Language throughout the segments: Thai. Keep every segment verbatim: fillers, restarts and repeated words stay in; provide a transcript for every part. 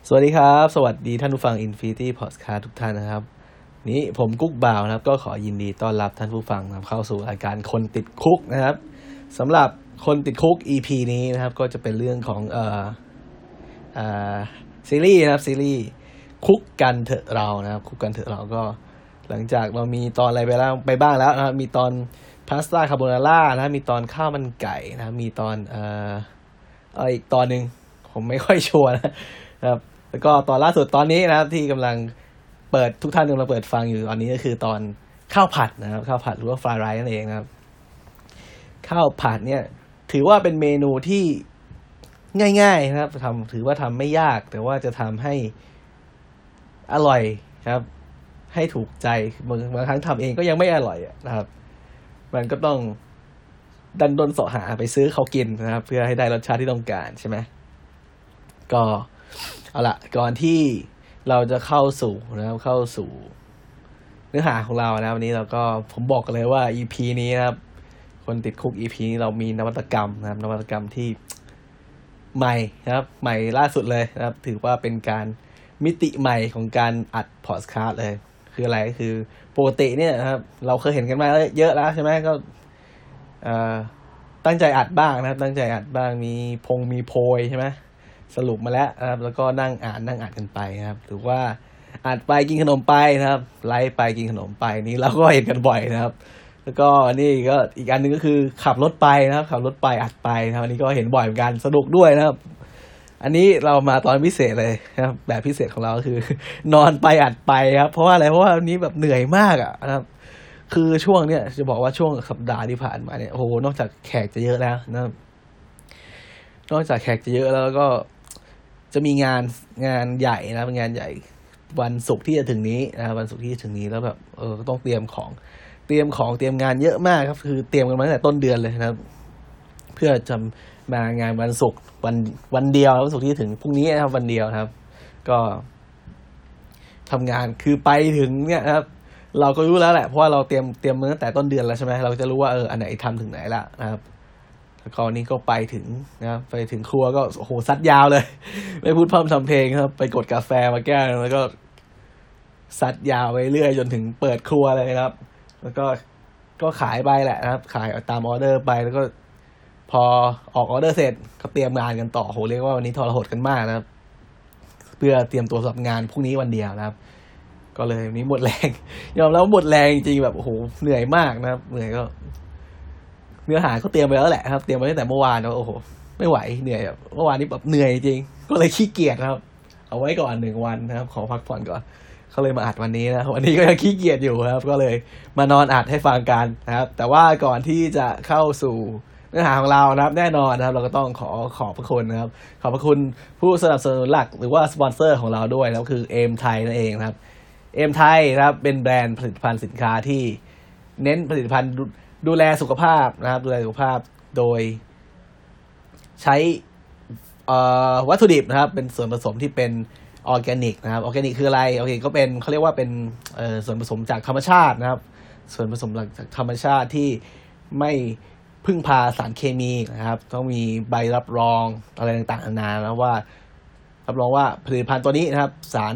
สวัสดีครับสวัสดีท่านผู้ฟัง Infinity Podcast ทุกท่านนะครับนี้ผมกุ๊กบ่าวนะครับก็ขอยินดีต้อนรับท่านผู้ฟังนะครับเข้าสู่รายการคนติดคุกนะครับสำหรับคนติดคุก อี พี นี้นะครับก็จะเป็นเรื่องของเอ่อเอ่อซีรีส์นะครับซีรีส์คุกกันเถอะเรานะครับคุกกันเถอะเราก็หลังจากเรามีตอนอะไรไปแล้วไปบ้างแล้วนะครับมีตอนพาสต้าคาโบนาร่านะมีตอนข้าวมันไก่นะมีตอนเอ่อเอ่ออีกตอนนึงผมไม่ค่อยชัวร์นะครับแล้วก็ตอนล่าสุดตอนนี้นะครับที่กำลังเปิดทุกท่านกำลังเปิดฟังอยู่ตอนนี้ก็คือตอนข้าวผัดนะครับข้าวผัดหรือว่าฟรายไรซ์นั่นเองนะครับข้าวผัดเนี่ยถือว่าเป็นเมนูที่ง่ายๆนะครับทำถือว่าทำไม่ยากแต่ว่าจะทำให้อร่อยครับให้ถูกใจบางบางครั้งทำเองก็ยังไม่อร่อยนะครับมันก็ต้องดันด้นเสาะหาไปซื้อเขากินนะครับเพื่อให้ได้รสชาติที่ต้องการใช่ไหมก็เอาละก่อนที่เราจะเข้าสู่นะครับเข้าสู่เนื้อหาของเรานะวันนี้เราก็ผมบอกกันเลยว่า อี พี นี้นะครับคนติดคุก อี พี นี้เรามีนวัตกรรมนะครับนวัตกรรมที่ใหม่นะครับใหม่ล่าสุดเลยนะครับถือว่าเป็นการมิติใหม่ของการอัดพอดคาสต์เลยคืออะไรคือปกติเนี่ยนะครับเราเคยเห็นกันมาเยอะแล้วใช่ไหมก็เอ่อตั้งใจอัดบ้างนะครับตั้งใจอัดบ้างมีพงมีโพยใช่ไหมสรุปมาแล้วนะครับแล้วก็นั่งอ่านนั่งอ่านกันไปนะครับหรือว่าอ่านไปกินขนมไปนะครับไลฟ์ไปกินขนมไปนี่เราก็เห็นกันบ่อยนะครับแล้วก็นี่ก็อีกอันนึงก็คือขับรถไปนะครับขับรถไปอัดไปนะครับอันนี้ก็เห็นบ่อยเหมือนกันสนุกด้วยนะครับอันนี้เรามาตอนพิเศษเลยนะครับแบบพิเศษของเราคือนอนไปอัดไปครับเพราะว่าอะไรเพราะว่าวันนี้แบบเหนื่อยมากอ่ะนะครับคือช่วงเนี้ยจะบอกว่าช่วงสัปดาห์ที่ผ่านมาเนี่ยโอ้โหนอกจากแขกจะเยอะแล้วนะครับนอกจากแขกจะเยอะแล้วก็จะมีงานงานใหญ่นะเป็นงานใหญ่วันศุกร์ที่จะถึงนี้นะวันศุกร์ที่จะถึงนี้แล้วแบบเออก็ต้องเตรียมของเตรียมของเตรียมงานเยอะมากครับคือเตรียมกันมาตั้งแต่ต้นเดือนเลยนะครับเพื่อจะมางานวันศุกร์วันวันเดียววันศุกร์ที่ถึงพรุ่งนี้นะครับวันเดียวครับก็ทำงานคือไปถึงเนี่ยนะครับเราก็รู้แล้วแหละเพราะว่าเราเตรียมเตรียมมาตั้งแต่ต้นเดือนแล้วใช่ไหมเราจะรู้ว่าเอออันไหนทำถึงไหนละนะครับแล้วก็นี่ก็ไปถึงนะครับไปถึงครัวก็โอ้โหซัดยาวเลยไม่พูดพร่ำทำเพลงครับไปกดกาแฟมาแก้วแล้วก็ซัดยาวไปเรื่อยจนถึงเปิดครัวเลยครับแล้วก็ก็ขายไปแหละนะครับขายตามออเดอร์ไปแล้วก็พอออกออเดอร์เสร็จก็เตรียมงานกันต่อโหเรียกว่าวันนี้ทรหดกันมากนะครับเพื่อเตรียมตัวสำหรับงานพรุ่งนี้วันเดียวนะครับก็เลยวันนี้หมดแรงยอมรับว่าหมดแรงจริงๆแบบโอ้โหเหนื่อยมากนะครับเหนื่อยก็เนื้อหาก็เตรียมไปแล้วแหละครับเตรียมไว้ตั้งแต่เมื่อวานแล้วโอ้โหไม่ไหวเหนื่อยแบบเมื่อวานนี้แบบเหนื่อยจริงก็เลยขี้เกียจครับเอาไว้ก่อนหนึ่งวันนะครับขอพักผ่อนก่อนเขาเลยมาอัดวันนี้นะวันนี้ก็ยังขี้เกียจอยู่ครับก็เลยมานอนอัดให้ฟังกันนะครับแต่ว่าก่อนที่จะเข้าสู่เนื้อหาของเรานะครับแน่นอนนะครับเราก็ต้องขอขอบพระคุณนะครับขอบพระคุณผู้สนับสนุนหลักหรือว่าสปอนเซอร์ของเราด้วยนะครับคือเอมไทยนั่นเองนะครับเอมไทยนะครับเป็นแบรนด์ผลิตภัณฑ์สินค้าที่เน้นผลิตภัณฑ์ดูแลสุขภาพนะครับดูแลสุขภาพโดยใช้วัตถุดิบนะครับเป็นส่วนผสมที่เป็นออร์แกนิกนะครับออร์แกนิกคืออะไรออร์แกนิกก็เป็นเขาเรียกว่าเป็นส่วนผสมจากธรรมชาตินะครับส่วนผสมจากธรรมชาติที่ไม่พึ่งพาสารเคมีนะครับต้องมีใบรับรองอะไรต่างๆนานาแล้วว่ารับรองว่าผลิตภัณฑ์ตัวนี้นะครับสาร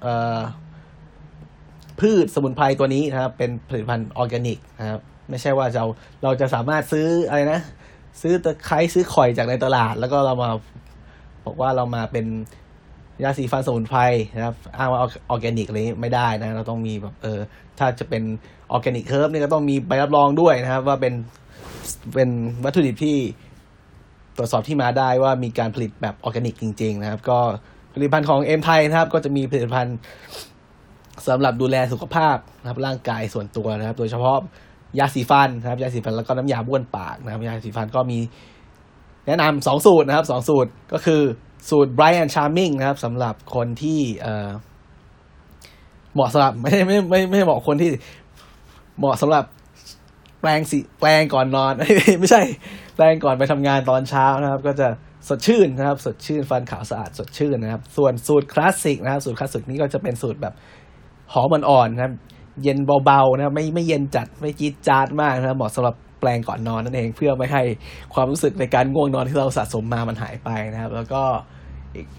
พืชสมุนไพรตัวนี้นะครับเป็นผลิตภัณฑ์ออร์แกนิกนะครับไม่ใช่ว่าเราเราจะสามารถซื้ออะไรนะซื้อตะไคร้ซื้อข่อยจากในตลาดแล้วก็เรามาบอกว่าเรามาเป็นยาสีฟันสมุนไพรนะครับอ้างว่าออร์แกนิกอะไรไม่ได้นะเราต้องมีแบบเออถ้าจะเป็นออร์แกนิกเคิร์ฟนี่ก็ต้องมีใบรับรองด้วยนะครับว่าเป็นเป็นวัตถุดิบที่ตรวจสอบที่มาได้ว่ามีการผลิตแบบออร์แกนิกจริงๆนะครับก็ผลิตภัณฑ์ของเอ็มไทยนะครับก็จะมีผลิตภัณฑ์สำหรับดูแลสุขภาพนะครับร่างกายส่วนตัวนะครับโดยเฉพาะยาสีฟันนะครับยาสีฟันแล้วก็น้ำยาบ้วนปากนะครับยาสีฟันก็มีแนะนำสองสูตรนะครับสองสูตรก็คือสูตร Bright and Charming นะครับสำหรับคนที่เอ่อเหมาะสำหรับไม่ไม่ไม่ไม่เหมาะคนที่เหมาะสำหรับแปรงสีแปรงก่อนนอนไม่ใช่แปรงก่อนไปทำงานตอนเช้านะครับก็จะสดชื่นนะครับสดชื่นฟันขาวสะอาดสดชื่นนะครับส่วนสูตรคลาสสิกนะครับสูตรคลาสสิกนี้ก็จะเป็นสูตรแบบหอมอ่อนๆนะครับเย็นเบาๆนะครับไม่ไม่เย็นจัดไม่จี๊ดจ๊าดมากนะครับเหมาะสำหรับแปรงก่อนนอนนั่นเองเพื่อไม่ให้ความรู้สึกในการง่วงนอนที่เราสะสมมามันหายไปนะครับแล้วก็อีก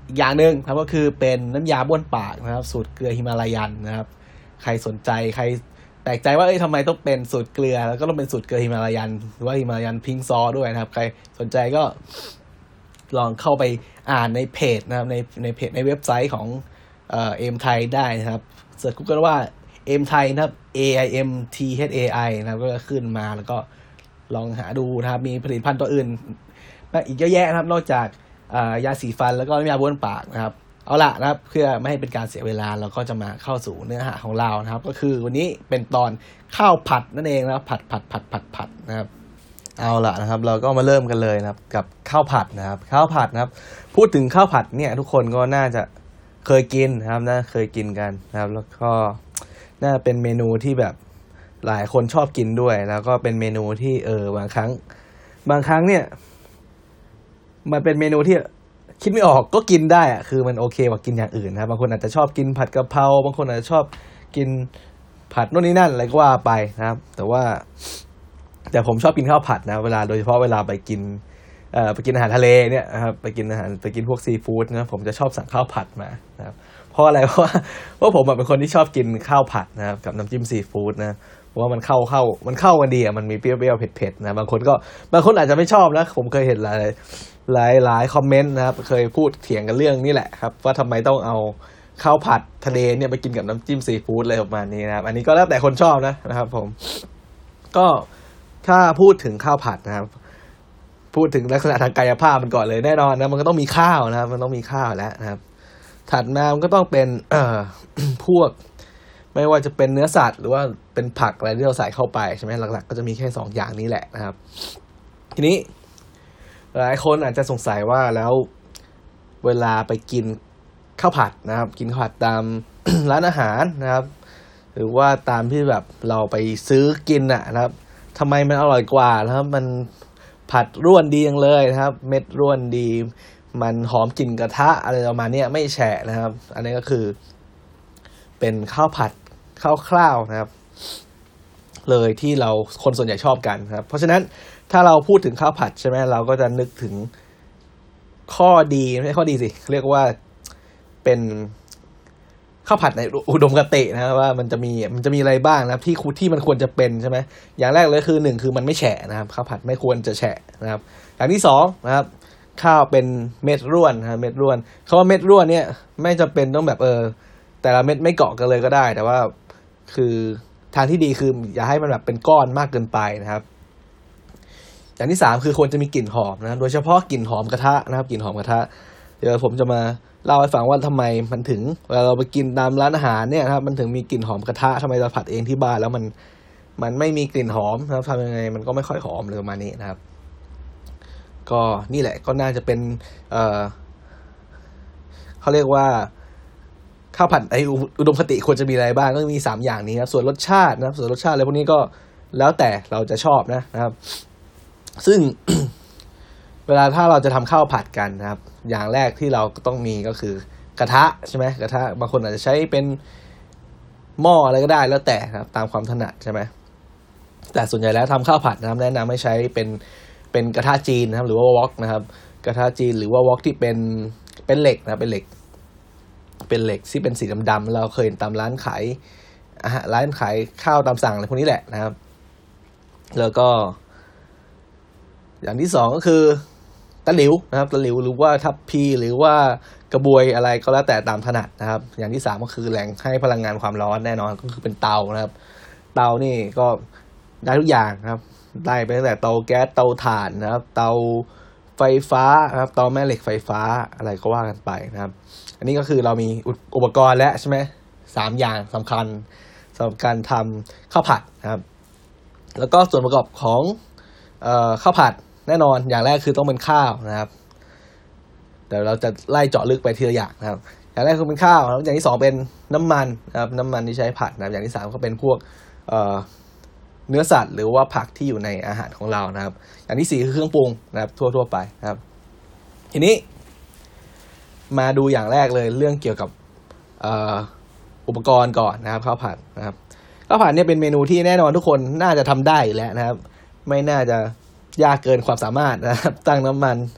อย่างหนึ่งครับก็คือเป็นน้ำยาบ้วนปากนะครับสูตรเกลือฮิมาลายันนะครับใครสนใจใครแปลกใจว่าเอ้ยทำไมต้องเป็นสูตรเกลือแล้วก็ต้องเป็นสูตรเกลือฮิมาลายันหรือว่าฮิมาลายันพิงซอด้วยนะครับใครสนใจก็ลองเข้าไปอ่านในเพจนะครับในในเพจในเว็บไซต์ของเอ่อเอ็มไทยได้นะครับเสิร์ช Google ว่าเอ็มไทยนะครับ A I M T H A I นะครับก็ขึ้นมาแล้วก็ลองหาดูนะครับมีผลิตภัณฑ์ตัวอื่นอีกเยอะแยะนะครับนอกจากยาสีฟันแล้วก็น้ำยาบ้วนปากนะครับเอาละนะครับเพื่อไม่ให้เป็นการเสียเวลาเราก็จะมาเข้าสู่เนื้อหาของเรานะครับก็คือวันนี้เป็นตอนข้าวผัดนั่นเองนะครับผัดผัดผัดผัดผัดนะครับเอาละนะครับเราก็มาเริ่มกันเลยนะครับกับข้าวผัดนะครับข้าวผัดนะครับพูดถึงข้าวผัดเนี่ยทุกคนก็น่าจะเคยกินนะครับน่าเคยกินกันนะครับแล้วก็น่าเป็นเมนูที่แบบหลายคนชอบกินด้วยแล้วก็เป็นเมนูที่เออบางครั้งบางครั้งเนี่ยมันเป็นเมนูที่คิดไม่ออกก็กินได้อะคือมันโอเคกว่ากินอย่างอื่นนะครับบางคนอาจจะชอบกินผัดกะเพราบางคนอาจจะชอบกินผัดโน่นนี่นั่นอะไรก็ว่าไปนะครับแต่ว่าแต่ผมชอบกินข้าวผัดนะเวลาโดยเฉพาะเวลาไปกินเอ่อไปกินอาหารทะเลเนี่ยนะครับไปกินอาหารไปกินพวกซีฟู้ดนะผมจะชอบสั่งข้าวผัดมานะครับเพราะอะไรเพราะว่าเพราะผมเป็นคนที่ชอบกินข้าวผัดนะครับกับน้ำจิ้มซีฟู้ดนะเพราะว่ามันเข้าเข้ามันเข้ากันดีอ่ะมันมีเปรี้ยวๆเผ็ดๆนะบางคนก็บางคนอาจจะไม่ชอบนะผมเคยเห็นหลายหลายหลายคอมเมนต์นะครับเคยพูดเถียงกันเรื่องนี้แหละครับว่าทำไมต้องเอาข้าวผัดทะเลเนี่ยไปกินกับน้ำจิ้มซีฟู้ดอะไรประมาณนี้นะครับอันนี้ก็แล้วแต่คนชอบนะนะครับผมก็ถ้าพูดถึงข้าวผัดนะครับพูดถึงลักษณะทางกายภาพมันก่อนเลยแน่นอนนะมันก็ต้องมีข้าวนะครับมันต้องมีข้าวแล้วนะครับถัดมามันก็ต้องเป็นเอ่อ พวกไม่ว่าจะเป็นเนื้อสัตว์หรือว่าเป็นผักอะไรที่เราใส่เข้าไปใช่ไหมหลักๆก็จะมีแค่สองอย่างนี้แหละนะครับทีนี้หลายคนอาจจะสงสัยว่าแล้วเวลาไปกินข้าวผัดนะครับกินข้าวผัดตาม ร้านอาหารนะครับหรือว่าตามที่แบบเราไปซื้อกินน่ะนะครับทำไมมันอร่อยกว่านะครับมันผัดร่วนดีจังเลยนะครับเม็ดร่วนดีมันหอมกลิ่นกระทะอะไรประมาณนี้ไม่แฉะนะครับอันนี้ก็คือเป็นข้าวผัดคร่าวๆนะครับเลยที่เราคนส่วนใหญ่ชอบกันครับเพราะฉะนั้นถ้าเราพูดถึงข้าวผัดใช่ไหมเราก็จะนึกถึงข้อดีไม่ใช่ข้อดีสิเรียกว่าเป็นข้าวผัดในอุดมคตินะว่ามันจะมีมันจะมีอะไรบ้างนะที่ที่มันควรจะเป็นใช่ไหมอย่างแรกเลยคือหนึ่งคือมันไม่แฉะนะครับข้าวผัดไม่ควรจะแฉะนะครับอย่างที่สองนะครับข้าวเป็นเม็ดร่วนนะเม็ดร่วนคำว่าเม็ดร่วนเนี่ยไม่จำเป็นต้องแบบเออแต่ละเม็ดไม่เกาะกันเลยก็ได้แต่ว่าคือทางที่ดีคืออย่าให้มันแบบเป็นก้อนมากเกินไปนะครับอย่างที่สามคือควรจะมีกลิ่นหอมนะโดยเฉพาะกลิ่นหอมกระทะนะครับกลิ่นหอมกระทะเดี๋ยวผมจะมาเล่าให้ฟังว่าทำไมมันถึงเวลาเราไปกินตามร้านอาหารเนี่ยครับมันถึงมีกลิ่นหอมกระทะทำไมเราผัดเองที่บ้านแล้วมันมันไม่มีกลิ่นหอมนะครับทำยังไงมันก็ไม่ค่อยหอมเลยประมาณนี้นะครับก็นี่แหละก็น่าจะเป็นเอ่อเขาเรียกว่าข้าวผัดไออุดมคติควรจะมีอะไรบ้างก็มีสามอย่างนี้ครับส่วนรสชาตินะครับส่วนรสชาติอะไรพวกนี้ก็แล้วแต่เราจะชอบนะนะครับซึ่ง เวลาถ้าเราจะทำข้าวผัดกันนะครับอย่างแรกที่เราต้องมีก็คือกระทะใช่ไหมกระทะบางคนอาจจะใช้เป็นหม้ออะไรก็ได้แล้วแต่ครับตามความถนัดใช่ไหมแต่ส่วนใหญ่แล้วทำข้าวผัดนะครับแนะนำให้ใช้เป็นเป็นกระทะจีนนะครับหรือว่าวอกนะครับกระทะจีนหรือว่าวอกที่เป็นเป็นเหล็กนะเป็นเหล็กเป็นเหล็กที่เป็นสีดำๆเราเคยเห็นตามร้านขายอาหารร้านขายข้าวตามสั่งอะไรพวกนี้แหละนะครับแล้วก็อย่างที่สองก็คือตะหลิวนะครับตะหลิวหรือว่าทัพพีหรือว่ากระบวยอะไรก็แล้วแต่ตามถนัดนะครับอย่างที่สามก็คือแหล่งให้พลังงานความร้อนแน่นอนก็คือเป็นเตานะครับเตานี่ก็ได้ทุกอย่างครับได้ไปตั้งแต่เตาแก๊สเตาถ่านนะครับเตาไฟฟ้านะครับเตาแม่เหล็กไฟฟ้าอะไรก็ว่ากันไปนะครับอันนี้ก็คือเรามีอุปกรณ์แล้วใช่ไหมสามอย่างสำคัญสำหรับการทำข้าวผัดนะครับแล้วก็ส่วนประกอบของเอ่อข้าวผัดแน่นอนอย่างแรกคือต้องเป็นข้าวนะครับเดี๋ยวเราจะไล่เจาะลึกไปทีละอย่างนะครับอย่างแรกคือเป็นข้าวแล้วอย่างที่สองเป็นน้ำมันนะครับน้ำมันที่ใช้ผัดนะครับอย่างที่สามก็เป็นพวกเอ่อเนื้อสัตว์หรือว่าผักที่อยู่ในอาหารของเรานะครับอย่างที่สี่คือเครื่องปรุงนะครับทั่วๆไปนะครับทีนี้มาดูอย่างแรกเลยเรื่องเกี่ยวกับเอ่ออุปกรณ์ก่อนนะครับข้าวผัดนะครับข้าวผัดเนี่ยเป็นเมนูที่แน่นอนทุกคนน่าจะทำได้อยู่แล้วนะครับไม่น่าจะยากเกินความสามารถนะครับตั้งน้ำมัน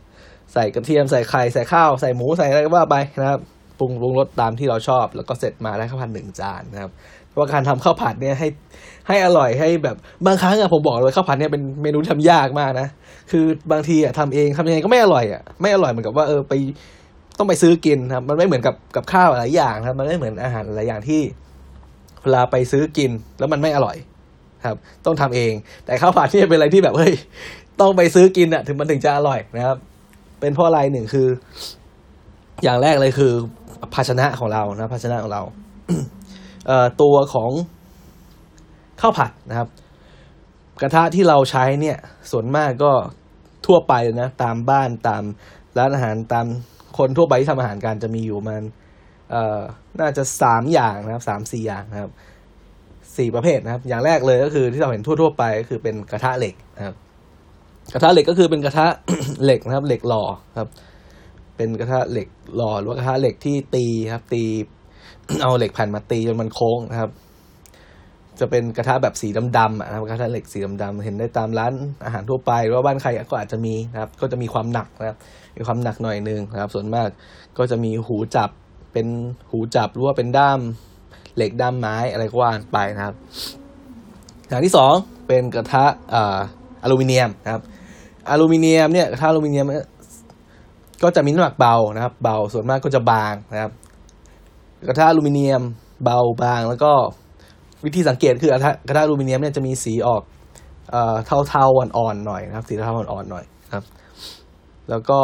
ใส่กระเทียมใส่ไข่ใส่ข้าวใส่หมูใส่อะไรก็ว่าไปนะครับปรุงปรุงรสตามที่เราชอบแล้วก็เสร็จมาได้ข้าวผัดหนึ่งจานนะครับเพราะการทำข้าวผัดเนี่ยให้ให้อร่อยให้แบบบางครั้งอะผมบอกเลยข้าวผัดเนี่ยเป็นเมนูที่ทำยากมากนะคือบางทีอะทำเองทำยังไงก็ไม่อร่อยอะไม่อร่อยเหมือนกับว่าเออไปต้องไปซื้อกินครับมันไม่เหมือนกับกับข้าวหลายอย่างครับมันไม่เหมือนอาหารหลายอย่างที่เวลาไปซื้อกินแล้วมันไม่อร่อยครับต้องทำเองแต่ข้าวผัดนี่เป็นอะไรที่แบบเฮ้ยต้องไปซื้อกินอะถึงมันถึงจะอร่อยนะครับเป็นเพราะอะไรหนึ่งคืออย่างแรกเลยคือภาชนะของเรานะภาชนะของเรา เอ่อตัวของข้าวผัดนะครับกระทะที่เราใช้เนี่ยส่วนมากก็ทั่วไปนะตามบ้านตามร้านอาหารตามคนทั่วไปที่ทำอาหารกันจะมีอยู่มันเอ่อน่าจะสามอย่างนะครับสามสี่อย่างนะครับสี่ประเภทนะครับอย่างแรกเลยก็คือที่เราเห็นทั่วๆไปก็คือเป็นกระทะเหล็กนะครับกระทะเหล็กก็คือเป็นกระทะ เหล็กนะครับเหล็กหล่อครับเป็นกระทะเหล็กหล่อหรือว่ากระทะเหล็กที่ตีครับตี เอาเหล็กแผ่นมาตีจนมันโค้งนะครับจะเป็นกระทะแบบสีดำๆนะครับกระทะเหล็กสีดำๆเห็นได้ตามร้านอาหารทั่วไปหรือว่าบ้านใครก็อาจจะมีนะครับก็จะมีความหนักนะครับมีความหนักหน่อยนึงนะครับส่วนมากก็จะมีหูจับเป็นหูจับหรือว่าเป็นด้ามเหล็กด้ามไม้อะไรก็ว่าไปนะครับอย่างที่สองเป็นกระทะอ่าอลูมิเนียมนะครับอลูมิเนียมเนี่ยกระทะอลูมิเนียมก็จะมีน้ำหนักเบานะครับเบาส่วนมากก็จะบางนะครับกระทะอลูมิเนียมเบาบางแล้วก็วิธีสังเกตคือกระทะกระทะอลูมิเนียมเนี่ยจะมีสีออกเอ่อเทาๆอ่อนๆหน่อยนะครับสีเทาๆอ่อนๆหน่อยครับแล้วก็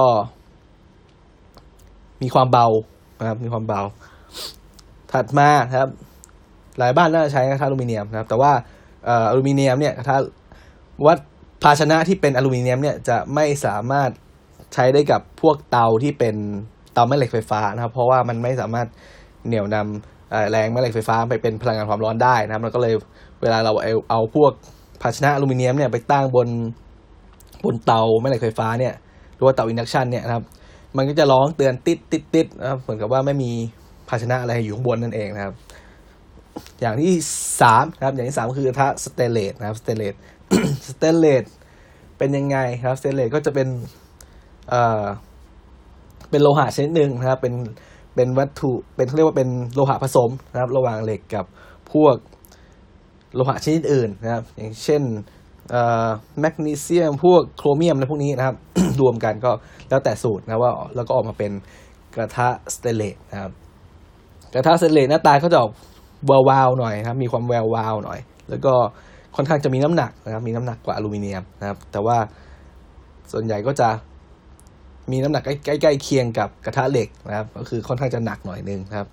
มีความเบานะครับมีความเบาถัดมาครับหลายบ้านน่าจะใช้กระทะอลูมิเนียมนะครับแต่ว่าเอ่ออลูมิเนียมเนี่ยกระทะวัดภาชนะที่เป็นอลูมิเนียมเนี่ยจะไม่สามารถใช้ได้กับพวกเตาที่เป็นเตาแม่เหล็กไฟฟ้านะครับเพราะว่ามันไม่สามารถเหนี่ยวนำแรงแม่เหล็กไฟฟ้าไปเป็นพลังงานความร้อนได้นะครับแล้วก็เลยเวลาเราเอาเอาพวกภาชนะอลูมิเนียมเนี่ยไปตั้งบนบนเตาแม่เหล็กไฟฟ้าเนี่ยหรือว่าเตาอินดักชันเนี่ยนะครับมันก็จะร้องเตือนติดติดติดนะครับเหมือนกับว่าไม่มีภาชนะอะไรอยู่ข้างบนนั่นเองนะครับอย่างที่สามนะครับอย่างที่สามคือกระทะสเตนเลสนะครับสเตนเลส สเตนเลสเป็นยังไงครับสเตนเลสก็จะเป็นเอ่อเป็นโลหะชนิดหนึ่งนะครับเป็นเป็นวัตถุเป็นเขาเรียกว่าเป็นโลหะผสมนะครับระหว่างเหล็กกับพวกโลหะชนิดอื่นนะครับอย่างเช่นเอ่อแมกนีเซียมพวกโครเมียมอะไรพวกนี้นะครับ รวมกันก็แล้วแต่สูตรนะว่าแล้วก็ออกมาเป็นกระทะสเตนเลสนะครับกระทะสเตนเลสหน้าตาเขาจะออกวาวๆหน่อยครับมีความแวววาวหน่อยแล้วก็ค่อนข้างจะมีน้ำหนักนะครับมีน้ำหนักกว่าอลูมิเนียมนะครับแต่ว่าส่วนใหญ่ก็จะมีน้ำหนักใกล้ๆเคียงกับกระทะเหล็กนะครับก็คือค่อนข้างจะหนักหน่อยนึงครับ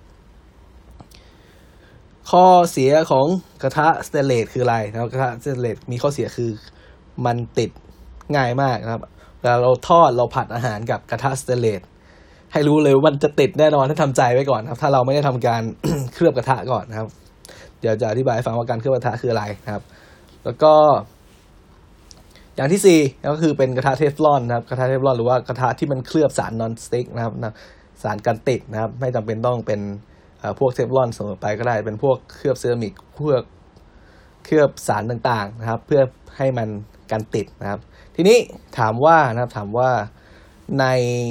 ข้อเสียของกระทะสเตนเลสคืออะไรนะครับกระทะสเตนเลสมีข้อเสียคือมันติดง่ายมากนะครับเวลาเราทอดเราผัดอาหารกับกระทะสเตนเลสให้รู้เลยว่ามันจะติดแน่นอนถ้าทำใจไว้ก่อนครับถ้าเราไม่ได้ทำการ เคลือบกระทะก่อนนะครับเดี๋ยวจะอธิบายให้ฟังว่าการเคลือบกระทะคืออะไรนะครับแล้วก็อย่างที่สี่ก็คือเป็นกระทะเทฟลอนนะครับกระทะเทฟลอนหรือว่ากระทะที่มันเคลือบสารนอนสติ๊กนะครับสารกันติดนะครับไม่จำเป็นต้องเป็นพวกเทฟลอนเสมอไปก็ได้เป็นพวกเคลือบเซรามิกพวกเคลือบสารต่างๆนะครับเพื่อให้มันกันติดนะครับทีนี้ถามว่านะครับถามว่าใน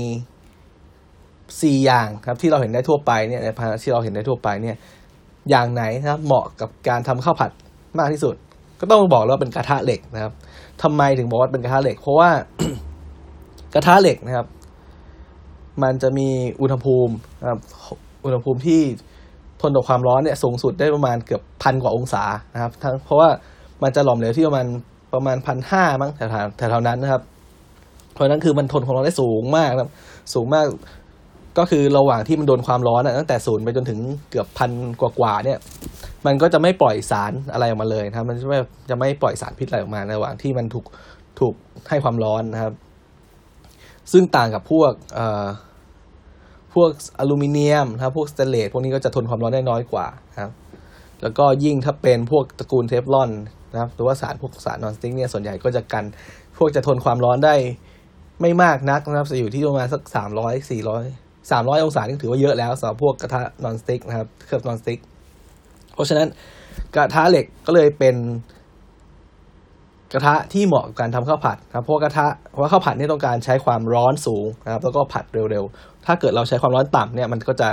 สี่อย่างครับที่เราเห็นได้ทั่วไปเนี่ยในภาชนะที่เราเห็นได้ทั่วไปเนี่ยอย่างไหนนะครับเหมาะกับการทำข้าวผัดมากที่สุดก็ต้องบอกแล้วเป็นกระทะเหล็กนะครับทำไมถึงบอกว่าเป็นกระทะเหล็กเพราะว่า กระทะเหล็กนะครับมันจะมีอุณหภูมินะครับอุณหภูมิที่ทนต่อความร้อนเนี่ยสูงสุดได้ประมาณเกือบพันกว่าองศานะครับทั้งเพราะว่ามันจะหลอมเหลวที่ประมาณประมาณพันห้ามั้งแถวๆแถวๆนั้นนะครับเพราะนั้นคือมันทนความร้อนได้สูงมากนะครับสูงมากก็คือระหว่างที่มันโดนความร้อนตั้งแต่ศูนย์ไปจนถึงเกือบพันกว่าๆเนี่ยมันก็จะไม่ปล่อยสารอะไรออกมาเลยนะครับมันจะไม่จะไม่ปล่อยสารพิษอะไรออกมาในระหว่างที่มันถูกถูกให้ความร้อนนะครับซึ่งต่างกับพวกเอ่อพวกอลูมิเนียมนะครับพวกสเตนเลสพวกนี้ก็จะทนความร้อนได้น้อยกว่านะครับแล้วก็ยิ่งถ้าเป็นพวกตระกูลเทฟลอนนะครับหรือว่าสารพวกสารนอนสติ๊กเนี่ยส่วนใหญ่ก็จะกันพวกจะทนความร้อนได้ไม่มากนักนะครับจะอยู่ที่ประมาณสักสามร้อยสี่ร้อยสามร้อยองศานี่ถือว่าเยอะแล้วสำหรับพวกกระทะนอนสติ๊กนะครับเคลือบนอนสติ๊กเพราะฉะนั้นกระทะเหล็กก็เลยเป็นกระทะที่เหมาะกับการทำข้าวผัดครับเพราะกระทะเพราะข้าวผัดนี่ต้องการใช้ความร้อนสูงนะครับแล้วก็ผัดเร็วๆถ้าเกิดเราใช้ความร้อนต่ำเนี่ยมันก็จะ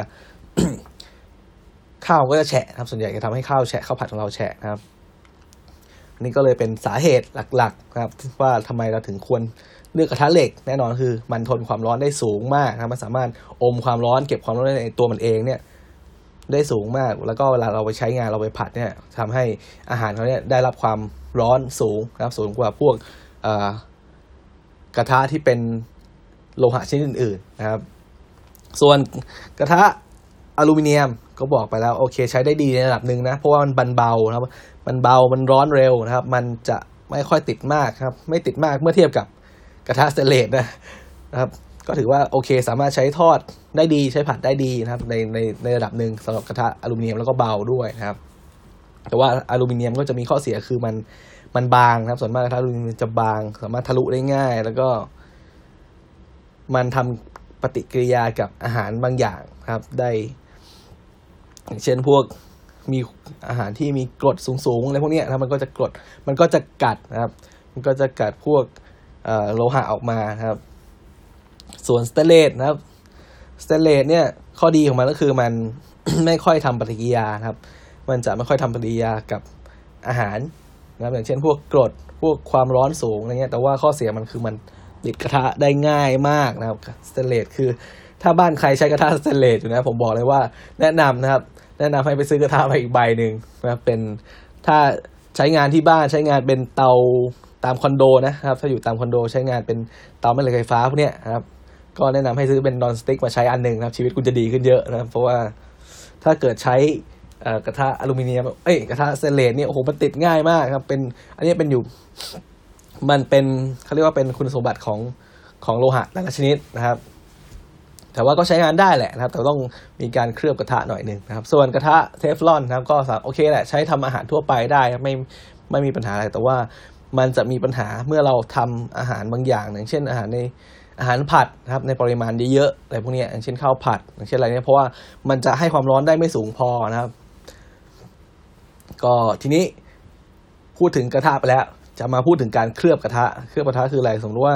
ข้าวก็จะแฉะครับส่วนใหญ่จะทำให้ข้าวแฉะข้าวผัดของเราแฉะนะครับนี่ก็เลยเป็นสาเหตุหลักๆนะครับว่าทำไมเราถึงควรเลือกกระทะเหล็กแน่นอนคือมันทนความร้อนได้สูงมากนะครับมันสามารถอมความร้อนเก็บความร้อนในตัวมันเองเนี่ยได้สูงมากแล้วก็เวลาเราไปใช้งานเราไปผัดเนี่ยทำให้อาหารเขาเนี่ยได้รับความร้อนสูงนะครับสูงกว่าพวกกระทะที่เป็นโลหะชนิดอื่นๆนะครับส่วนกระทะอลูมิเนียมก็บอกไปแล้วโอเคใช้ได้ดีในระดับหนึ่งนะเพราะว่ามันเบานะครับมันเบามันร้อนเร็วนะครับมันจะไม่ค่อยติดมากครับไม่ติดมากเมื่อเทียบกับกระทะสเตนเลสนะครับก็ถือว่าโอเคสามารถใช้ทอดได้ดีใช้ผัดได้ดีนะครับในในในระดับหนึ่งสำหรับกระทะอลูมิเนียมแล้วก็เบาด้วยนะครับแต่ว่าอลูมิเนียมก็จะมีข้อเสียคือมันมันบางนะครับส่วนมากกระทะอลูมิเนียมจะบางสามารถทะลุได้ง่ายแล้วก็มันทำปฏิกิริยากับอาหารบางอย่างครับได้อย่างเช่นพวกมีอาหารที่มีกรดสูงๆอะไรพวกนี้นะมันก็จะกรดมันก็จะกัดนะครับมันก็จะกัดพวกโลหะออกมาครับส่วนสเตนเลสนะครับสเตนเลสเนี่ยข้อดีของมันก็คือมัน ไม่ค่อยทำปฏิกิริยาครับมันจะไม่ค่อยทำปฏิกิริยากับอาหารนะครับอย่างเช่นพวกกรดพวกความร้อนสูงอะไรเงี้ยแต่ว่าข้อเสียมันคือมันติดกระทะได้ง่ายมากนะครับสเตนเลสคือถ้าบ้านใครใช้กระทะสเตนเลสอยู่นะผมบอกเลยว่าแนะนำนะครับแนะนำให้ไปซื้อกระทะมาอีกใบหนึ่งนะครับเป็นถ้าใช้งานที่บ้านใช้งานเป็นเตาตามคอนโดนะครับถ้าอยู่ตามคอนโดใช้งานเป็นเตาแม่เหล็กไฟฟ้าพวกเนี้ยนะครับก็แนะนำให้ซื้อเป็นนอนสติ๊กมาใช้อันหนึ่งนะครับชีวิตคุณจะดีขึ้นเยอะนะครับเพราะว่าถ้าเกิดใช้กระทะอลูมิเนียมเอ้ยกระทะสเตนเลสเนี่ยโอ้โหมันติดง่ายมากครับเป็นอันนี้เป็นอยู่มันเป็นเขาเรียกว่าเป็นคุณสมบัติของของโลหะแต่ละชนิดนะครับแต่ว่าก็ใช้งานได้แหละนะครับแต่ต้องมีการเคลือบกระทะหน่อยนึงนะครับส่วนกระทะเทฟลอนนะครับก็โอเคแหละใช้ทำอาหารทั่วไปได้ไม่ไม่มีปัญหาอะไรแต่ว่ามันจะมีปัญหาเมื่อเราทำอาหารบางอย่างอย่างเช่นอาหารในอาหารผัดนะครับในปริมาณเยอะๆอะไรพวกนี้อย่างเช่นข้าวผัดอย่างเช่นอะไรเนี่ยเพราะว่ามันจะให้ความร้อนได้ไม่สูงพอนะครับก็ทีนี้พูดถึงกระทะไปแล้วจะมาพูดถึงการเคลือบกระทะเคลือบกระทะคืออะไรสมมติว่า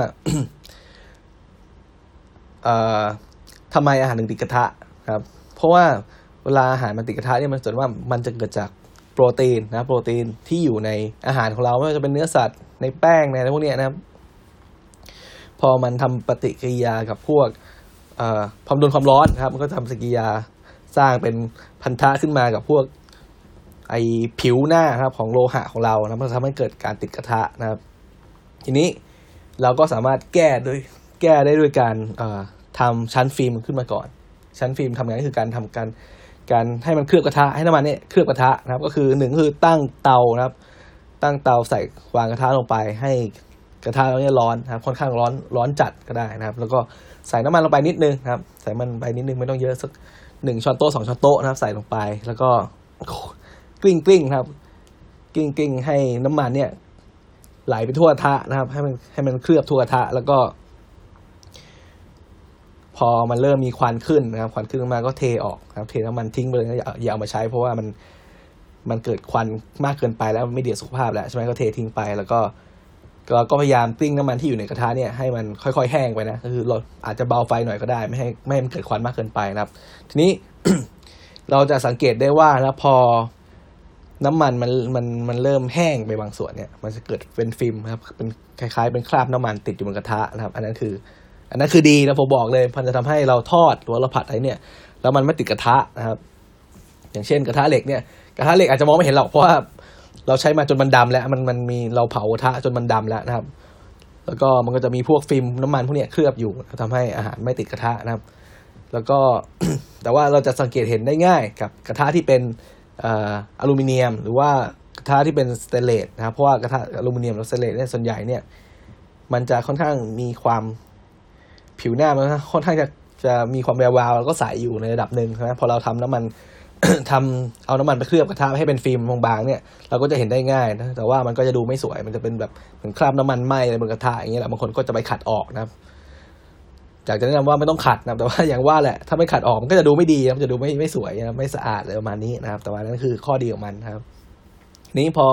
เอ่อทำไมอาหารถึงติดกระทะครับเพราะว่าเวลาอาหารมันติดกระทะเนี่ยมันส่วนว่ามันจะเกิดจากโปรตีนนะโปรตีนที่อยู่ในอาหารของเราไม่ว่าจะเป็นเนื้อสัตว์ในแป้งในอะไรพวกนี้นะครับพอมันทำปฏิกิริยากับพวกความโดนความร้อนครับมันก็ทำปฏิกิริยาสร้างเป็นพันธะขึ้นมากับพวกไอผิวหน้าครับของโลหะของเรานะมันทำให้เกิดการติดกระทะนะครับทีนี้เราก็สามารถแก้ด้วยแก้ได้ด้วยการทำชั้นฟิล์มขึ้นมาก่อนชั้นฟิล์มทำงานก็คือการทำการการให้มันเคลือบกระทะให้น้ำมันเนี่ยเคลือบกระทะนะครับก็คือหนึ่งคือตั้งเตานะครับตั้งเตาใส่วางกระทะลงไปให้กระทะเราเนี่ยร้อนนะครับค่อนข้างร้อนร้อนจัดก็ได้นะครับแล้วก็ใส่น้ำมันลงไปนิดนึงนะครับใส่มันไปนิดนึงไม่ต้องเยอะสักหนึ่งช้อนโต๊ะสองช้อนโต๊ะนะครับใส่ลงไปแล้วก็กลิ้งกลิ้งครับกลิ้งกลิ้งให้น้ำมันเนี่ยไหลไปทั่วกระทะนะครับให้มันให้มันเคลือบทั่วกระทะแล้วก็พอมันเริ่มมีควันขึ้นนะครับควันขึ้นมาก็เทออกนะครับเทน้ำมันทิ้งไปเลยอย่าอย่าเอามาใช้เพราะว่ามันมันเกิดควันมากเกินไปแล้วไม่ดีต่อสุขภาพแล้วใช่ไหมก็เททิ้งไปแล้วก็ก็ก็พยายามกลิ้งน้ำมันที่อยู่ในกระทะเนี่ยให้มันค่อยๆแห้งไปนะก็คือเราอาจจะเบาไฟหน่อยก็ได้ไม่ให้ไม่ให้มันเกิดควันมากเกินไปนะครับทีนี้ เราจะสังเกตได้ว่านะพอน้ำมันมันมันมันเริ่มแห้งไปบางส่วนเนี่ยมันจะเกิดเป็นฟิล์มครับเป็นคล้ายๆเป็นคราบน้ำมันติดอยู่บนกระทะนะครับอันนั้นคืออันนั้นคือดีนะผมบอกเลยมันจะทำให้เราทอดหรือเราผัดอะไรเนี่ยแล้วมันไม่ติดกระทะนะครับอย่างเช่นกระทะเหล็กเนี่ยกระทะเหล็กอาจจะมองไม่เห็นหรอกเพราะว่าเราใช้มาจนมันดำแล้วมันมันมีเราเผากระทะจนมันดำแล้วนะครับแล้วก็มันก็จะมีพวกฟิล์มน้ำมันพวกนี้เคลือบอยู่ทำให้อาหารไม่ติดกระทะนะครับแล้วก็ แต่ว่าเราจะสังเกตเห็นได้ง่ายกับกระทะที่เป็นอลูมิเนียมหรือว่ากระทะที่เป็นสเตนเลสนะครับเพราะว่ากระทะอลูมิเนียมหรือสเตนเลสเนี่ยส่วนใหญ่เนี่ยมันจะค่อนข้างมีความผิวหน้ามันค่อนข้างจะจะมีความแวววาวแล้วก็ใสอยู่ในระดับหนึ่งนะพอเราทำน้ำมัน ทำเอาน้ำมันไปเคลือบกระทะให้เป็นฟิล์มบางๆเนี่ยเราก็จะเห็นได้ง่ายนะแต่ว่ามันก็จะดูไม่สวยมันจะเป็นแบบเหมือนคราบน้ำมันไหม้ในบนกระทะอย่างเงี้ยแหละบางคนก็จะไปขัดออกนะครับอยากจะแนะนำว่าไม่ต้องขัดนะแต่ว่าอย่างว่าแหละถ้าไม่ขัดออกมันก็จะดูไม่ดีมันจะดูไม่ไม่สวยนะไม่สะอาดอะไรประมาณนี้นะครับแต่ว่านั่นคือข้อดีของมันครับนี้พอ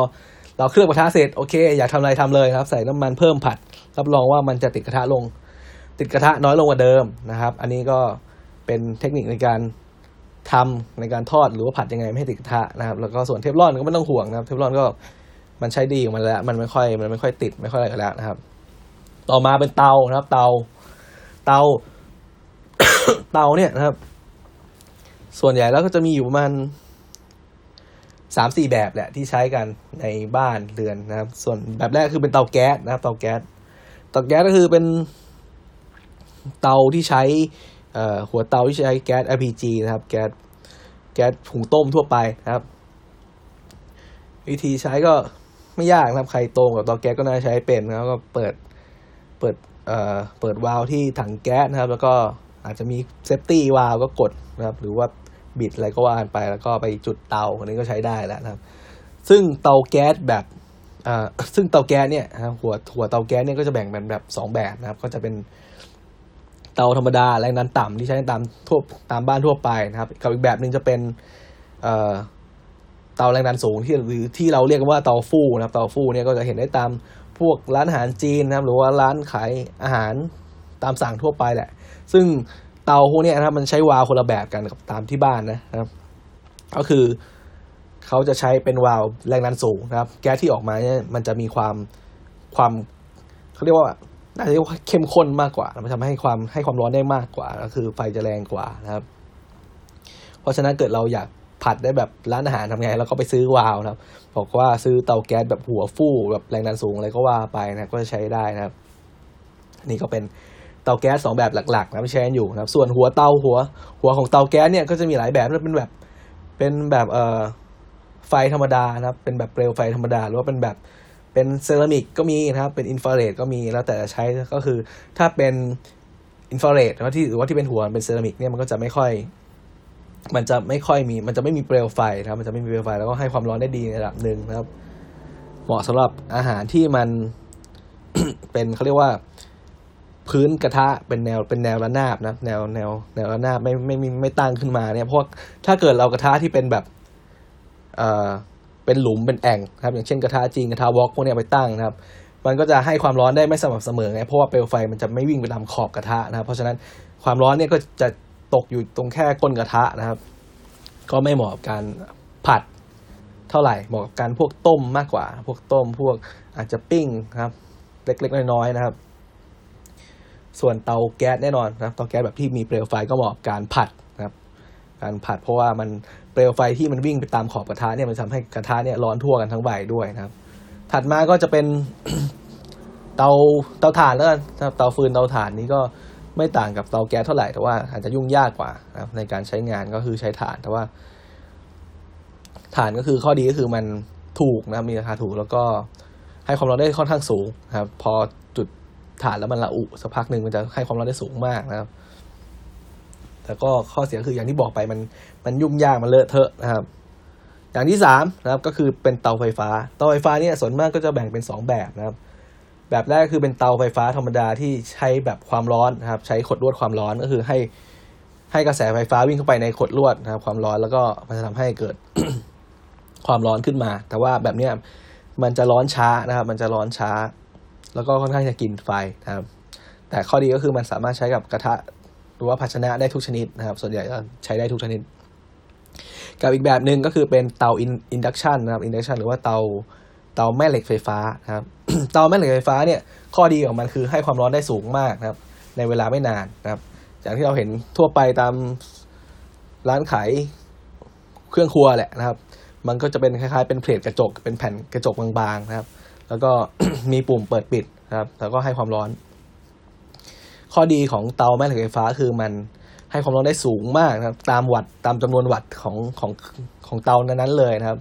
เราเคลือบกระทะเสร็จโอเคอยากทำอะไรทำเลยครับใส่น้ำมันเพิ่มผัดรับรองว่ามันจะติดกระทะลงติดกระทะน้อยลงกว่าเดิมนะครับอันนี้ก็เป็นเทคนิคในการทำในการทอดหรือว่าผัดยังไงไม่ให้ติดกระทะนะครับแล้วก็ส่วนเทฟลอนก็ไม่ต้องห่วงนะครับเทฟลอนก็มันใช้ดีของมันแล้วมันไม่ค่อยมันไม่ค่อยติดไม่ค่อยอะไรกันแล้วนะครับต่อมาเป็นเตานะครับเตาเตา เตาเนี่ยนะครับส่วนใหญ่แล้วก็จะมีอยู่ประมาณสามสี่แบบแหละที่ใช้กันในบ้านเรือนนะครับส่วนแบบแรกคือเป็นเตาแก๊สนะครับเตาแก๊สเตาแก๊สก็คือเป็นเตาที่ใช้เอ่อหัวเตาที่ใช้แก๊ส แอล พี จี นะครับแก๊สแก๊สหุงต้มทั่วไปนะครับวิธีใช้ก็ไม่ยากนะครับใครโตกับเตาแก๊สก็น่าใช้เป็นนะครับก็เปิดเปิดเอ่อเปิดวาล์วที่ถังแก๊สนะครับแล้วก็อาจจะมีเซฟตี้วาล์วก็กดนะครับหรือว่าบิดอะไรก็ว่ากันไปแล้วก็ไปจุดเตาอันนี้ก็ใช้ได้แล้วนะครับซึ่งเตาแก๊สแบบอ่าซึ่งเตาแก๊สเนี่ยหัวหัวเตาแก๊สเนี่ยก็จะแบ่งเป็นแบบสองแบบนะครับก็จะเป็นเตาธรรมดาแรงดันต่ำที่ใช้ตามทั่วตามบ้านทั่วไปนะครับกับอีกแบบนึงจะเป็นเอ่อเตาแรงดันสูงที่หรือที่เราเรียกว่าเตาฟู่นะครับเตาฟู่เนี่ยก็จะเห็นได้ตามพวกร้านอาหารจีนนะครับหรือว่าร้านขายอาหารตามสั่งทั่วไปแหละซึ่งเตาพวกนี้นะครับมันใช้วาล์วคนละแบบกันกับตามที่บ้านนะครับก็คือเขาจะใช้เป็นวาล์วแรงดันสูงนะครับแก๊สที่ออกมาเนี่ยมันจะมีความความเขาเรียกว่าน่าจะเรียกว่าเข้มข้นมากกว่ามันทำให้ความให้ความร้อนได้มากกว่าก็คือไฟจะแรงกว่านะครับเพราะฉะนั้นเกิดเราอยากผัดได้แบบร้านอาหารทำไงเราก็ไปซื้อวาล์วนะครับบอกว่าซื้อเตาแก๊สแบบหัวฟู่แบบแรงดันสูงอะไรก็ว่าไปนะก็จะใช้ได้นะครับนี่ก็เป็นเตาแก๊สสองแบบหลักๆนะที่ใช้อยู่นะครับส่วนหัวเตาหัวหัวของเตาแก๊สเนี่ยก็จะมีหลายแบบเป็นแบบเป็นแบบเอ่อไฟธรรมดานะครับเป็นแบบเปลวไฟธรรมดาหรือว่าเป็นแบบเป็นเซรามิกก็มีนะครับเป็นอินฟราเรดก็มีแล้วแต่ใช้ก็คือถ้าเป็นอินฟราเรดหรือว่าที่หรือว่าที่เป็นหัวเป็นเซรามิกเนี่ยมันก็จะไม่ค่อยมันจะไม่ค่อยมีมันจะไม่มีเปลวไฟนะครับมันจะไม่มีเปลวไฟแล้วก็ให้ความร้อนได้ดีในระดับหนึ่งนะครับเหมาะสำหรับอาหารที่มัน เป็นเขาเรียกว่าพื้นกระทะเป็นแนวเป็นแนวระนาบนะแนวแนวแนวระนาบไม่ไม่ไม่ไม่ตั้งขึ้นมาเนี่ยเพราะถ้าเกิดเรากระทะที่เป็นแบบเอ่อเป็นหลุมเป็นแอ่งครับอย่างเช่นกระทะจีนกระทะวอล์กพวกนี้ไปตั้งนะครับมันก็จะให้ความร้อนได้ไม่สม่ำเสมอไงเพราะว่าเปลวไฟมันจะไม่วิ่งไปตามขอบกระทะนะครับเพราะฉะนั้นความร้อนเนี่ยก็จะตกอยู่ตรงแค่ก้นกระทะนะครับก็ไม่เหมาะกับการผัดเท่าไหร่เหมาะกับการพวกต้มมากกว่าพวกต้มพวกอาจจะปิ้งครับเล็กๆน้อยๆนะครับส่วนเตาแก๊สแน่นอนนะครับเตาแก๊สแบบที่มีเปลวไฟก็เหมาะกับการผัดนะครับการผัดเพราะว่ามันเปลวไฟที่มันวิ่งไปตามขอบกระทะเนี่ยมันทำให้กระทะเนี่ยร้อนทั่วกันทั้งใบด้วยนะครับถัดมาก็จะเป็น เตาเตาถ่านแล้วกันเตาฟืนเตาถ่านนี้ก็ไม่ต่างกับเตาแก๊สเท่าไหร่แต่ว่าอาจจะยุ่งยากกว่านะครับในการใช้งานก็คือใช้ถ่านแต่ว่าถ่านก็คือข้อดีก็คือมันถูกนะมีราคาถูกแล้วก็ให้ความร้อนได้ค่อนข้างสูงนะครับพอจุดถ่านแล้วมันระอุสักพักหนึ่งมันจะให้ความร้อนได้สูงมากนะครับแต่ก็ข้อเสียคืออย่างที่บอกไปมันมันยุ่งยากมันเลอะเทอะนะครับอย่างที่สามนะครับก็คือเป็นเตาไฟฟ้าเตาไฟฟ้าเนี่ยส่วนมากก็จะแบ่งเป็นสองแบบนะครับแบบแรกคือเป็นเตาไฟฟ้าธรรมดาที่ใช้แบบความร้อนนะครับใช้ขดลวดความร้อนก็คือให้ให้กระแสไฟฟ้าวิ่งเข้าไปในขดลวดนะครับความร้อนแล้วก็มันจะทำให้เกิด ความร้อนขึ้นมาแต่ว่าแบบเนี้ยมันจะร้อนช้านะครับมันจะร้อนช้าแล้วก็ค่อนข้างจะกินไฟนะครับแต่ข้อดีก็คือมันสามารถใช้กับกระทะหรือว่าภาชนะได้ทุกชนิดนะครับส่วนใหญ่จะใช้ได้ทุกชนิดกับอีกแบบหนึ่งก็คือเป็นเตาอินดักชันนะครับอินดักชันหรือว่าเตาเตาแม่เหล็กไฟฟ้านะครับ เตาแม่เหล็กไฟฟ้าเนี่ยข้อดีของมันคือให้ความร้อนได้สูงมากนะครับในเวลาไม่นานนะครับอย่างที่เราเห็นทั่วไปตามร้านขายเครื่องครัวแหละนะครับมันก็จะเป็นคล้ายๆเป็นเพลทกระจกเป็นแผ่นกระจกบางๆนะครับแล้วก็ มีปุ่มเปิดปิดนะครับแล้วก็ให้ความร้อนข้อดีของเตาแม่เหล็กไฟฟ้าคือมันให้ความร้อนได้สูงมากนะครับตามวัตต์ตามจำนวนวัตต์ของของของเตานั้นๆเลยนะครับ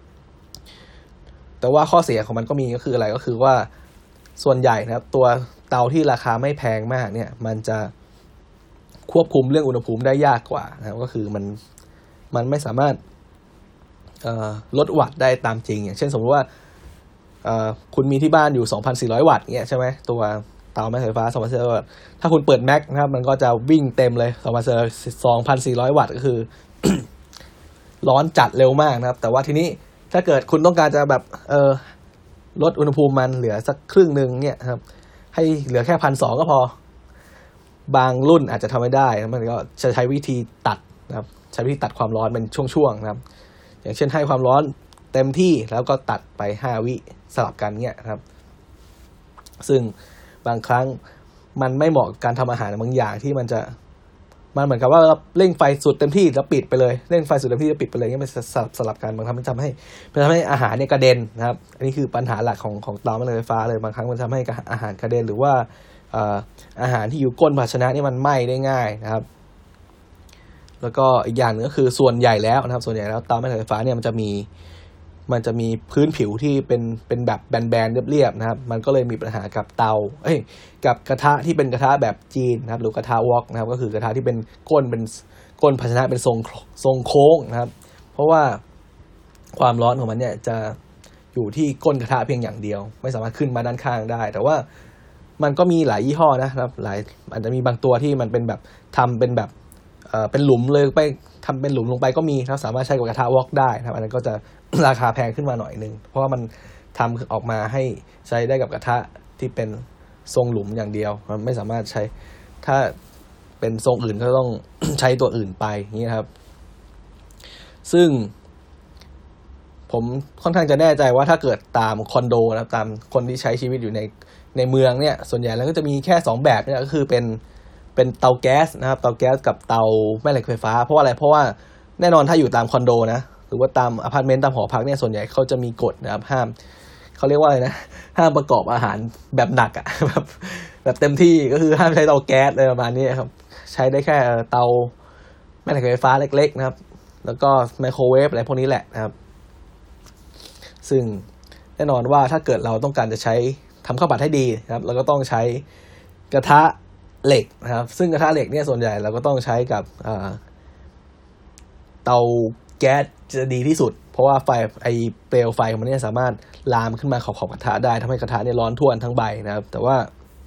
แต่ว่าข้อเสียของมันก็มีก็คืออะไรก็คือว่าส่วนใหญ่นะครับตัวเตาที่ราคาไม่แพงมากเนี่ยมันจะควบคุมเรื่องอุณหภูมิได้ยากกว่านะครับก็คือมันมันไม่สามารถลดวัตต์ได้ตามจริงอย่างเช่นสมมติว่าคุณมีที่บ้านอยู่ สองพันสี่ร้อย วัตต์เงี้ยใช่ไหมตัวเตาแม่เหล็กไฟฟ้า สองพันสี่ร้อย วัตต์ถ้าคุณเปิดแม็กนะครับมันก็จะวิ่งเต็มเลย สองพันสี่ร้อย วัตต์ก็คือ ร้อนจัดเร็วมากนะครับแต่ว่าทีนี้ถ้าเกิดคุณต้องการจะแบบเออลดอุณหภูมิมันเหลือสักครึ่งนึงเนี่ยครับให้เหลือแค่ หนึ่งพันสองร้อย ก็พอบางรุ่นอาจจะทำไม่ได้มันก็จะใช้วิธีตัดนะครับใช้วิธีตัดความร้อนเป็นช่วงๆนะครับอย่างเช่นให้ความร้อนเต็มที่แล้วก็ตัดไปห้าวิสลับกันเนี่ยครับซึ่งบางครั้งมันไม่เหมาะกับการทำอาหารบางอย่างที่มันจะมันเหมือนกับว่าเร่งไฟสุดเต็มที่แล้วปิดไปเลยเร่งไฟสุดเต็มที่แล้วปิดไปเลยเนี่ยมันสลับสลับกันบางครั้งมันทำให้มันทำให้อาหารเนี่ยกระเด็นนะครับอันนี้คือปัญหาหลักของของเตาแม่เหล็กไฟฟ้าเลยบางครั้งมันทำให้อาหารกระเด็นหรือว่าอาหารที่อยู่ก้นภาชนะนี่มันไหม้ได้ง่ายนะครับแล้วก็อีกอย่างนึงก็คือส่วนใหญ่แล้วนะครับส่วนใหญ่แล้วเตาแม่เหล็กไฟฟ้าเนี่ยมันจะมีมันจะมีพื้นผิวที่เป็นเป็นแบบแบนๆเรียบๆนะครับมันก็เลยมีปัญหากับเตาเอ้ยกับกระทะที่เป็นกระทะแบบจีนนะครับหรือกระทะวอกนะครับก็คือกระทะที่เป็นก้นเป็นก้นภาชนะเป็นทรงทรงโค้งนะครับเพราะว่าความร้อนของมันเนี่ยจะอยู่ที่ก้นกระทะเพียงอย่างเดียวไม่สามารถขึ้นมาด้านข้างได้แต่ว่ามันก็มีหลายยี่ห้อนะครับหลายอาจจะมีบางตัวที่มันเป็นแบบทำเป็นแบบเอ่อเป็นหลุมเลยไปทำเป็นหลุมลงไปก็มีครับสามารถใช้กับกระทะวอกได้นะครับอันนั้นก็จะราคาแพงขึ้นมาหน่อยนึงเพราะว่ามันทำออกมาให้ใช้ได้กับกระทะที่เป็นทรงหลุมอย่างเดียวมันไม่สามารถใช้ถ้าเป็นทรงอื่นก็ต้อง ใช้ตัวอื่นไปอย่างนี้ครับซึ่งผมค่อนข้างจะแน่ใจว่าถ้าเกิดตามคอนโดนะครับตามคนที่ใช้ชีวิตอยู่ในในเมืองเนี่ยส่วนใหญ่แล้วก็จะมีแค่สองแบบเนี่ยก็คือเป็นเป็นเตาแก๊สนะครับเตาแก๊สกับเตาแม่เหล็กไฟฟ้าเพราะอะไรเพราะว่าแน่นอนถ้าอยู่ตามคอนโดนะหรือว่าตามอพาร์ตเมนต์ตามหอพักเนี่ยส่วนใหญ่เขาจะมีกฎนะครับห้ามเขาเรียกว่าอะไรนะห้ามประกอบอาหารแบบหนักอ่ะแบบแบบเต็มที่ก็คือห้ามใช้เตาแก๊สอะไรประมาณนี้ครับใช้ได้แค่เตาแม่เหล็กไฟฟ้าเล็กๆนะครับแล้วก็ไมโครเวฟอะไรพวกนี้แหละนะครับซึ่งแน่นอนว่าถ้าเกิดเราต้องการจะใช้ทำข้าวผัดให้ดีนะครับเราก็ต้องใช้กระทะเหล็กนะครับซึ่งกระทะเหล็กเนี่ยส่วนใหญ่เราก็ต้องใช้กับเตาแก๊สจะดีที่สุดเพราะว่าไฟไอเปลวไฟของมันเนี่ยสามารถลามขึ้นมาขอบขอบกระทะได้ทำให้กระทะเนี่ยร้อนท่วมทั้งใบนะครับแต่ว่า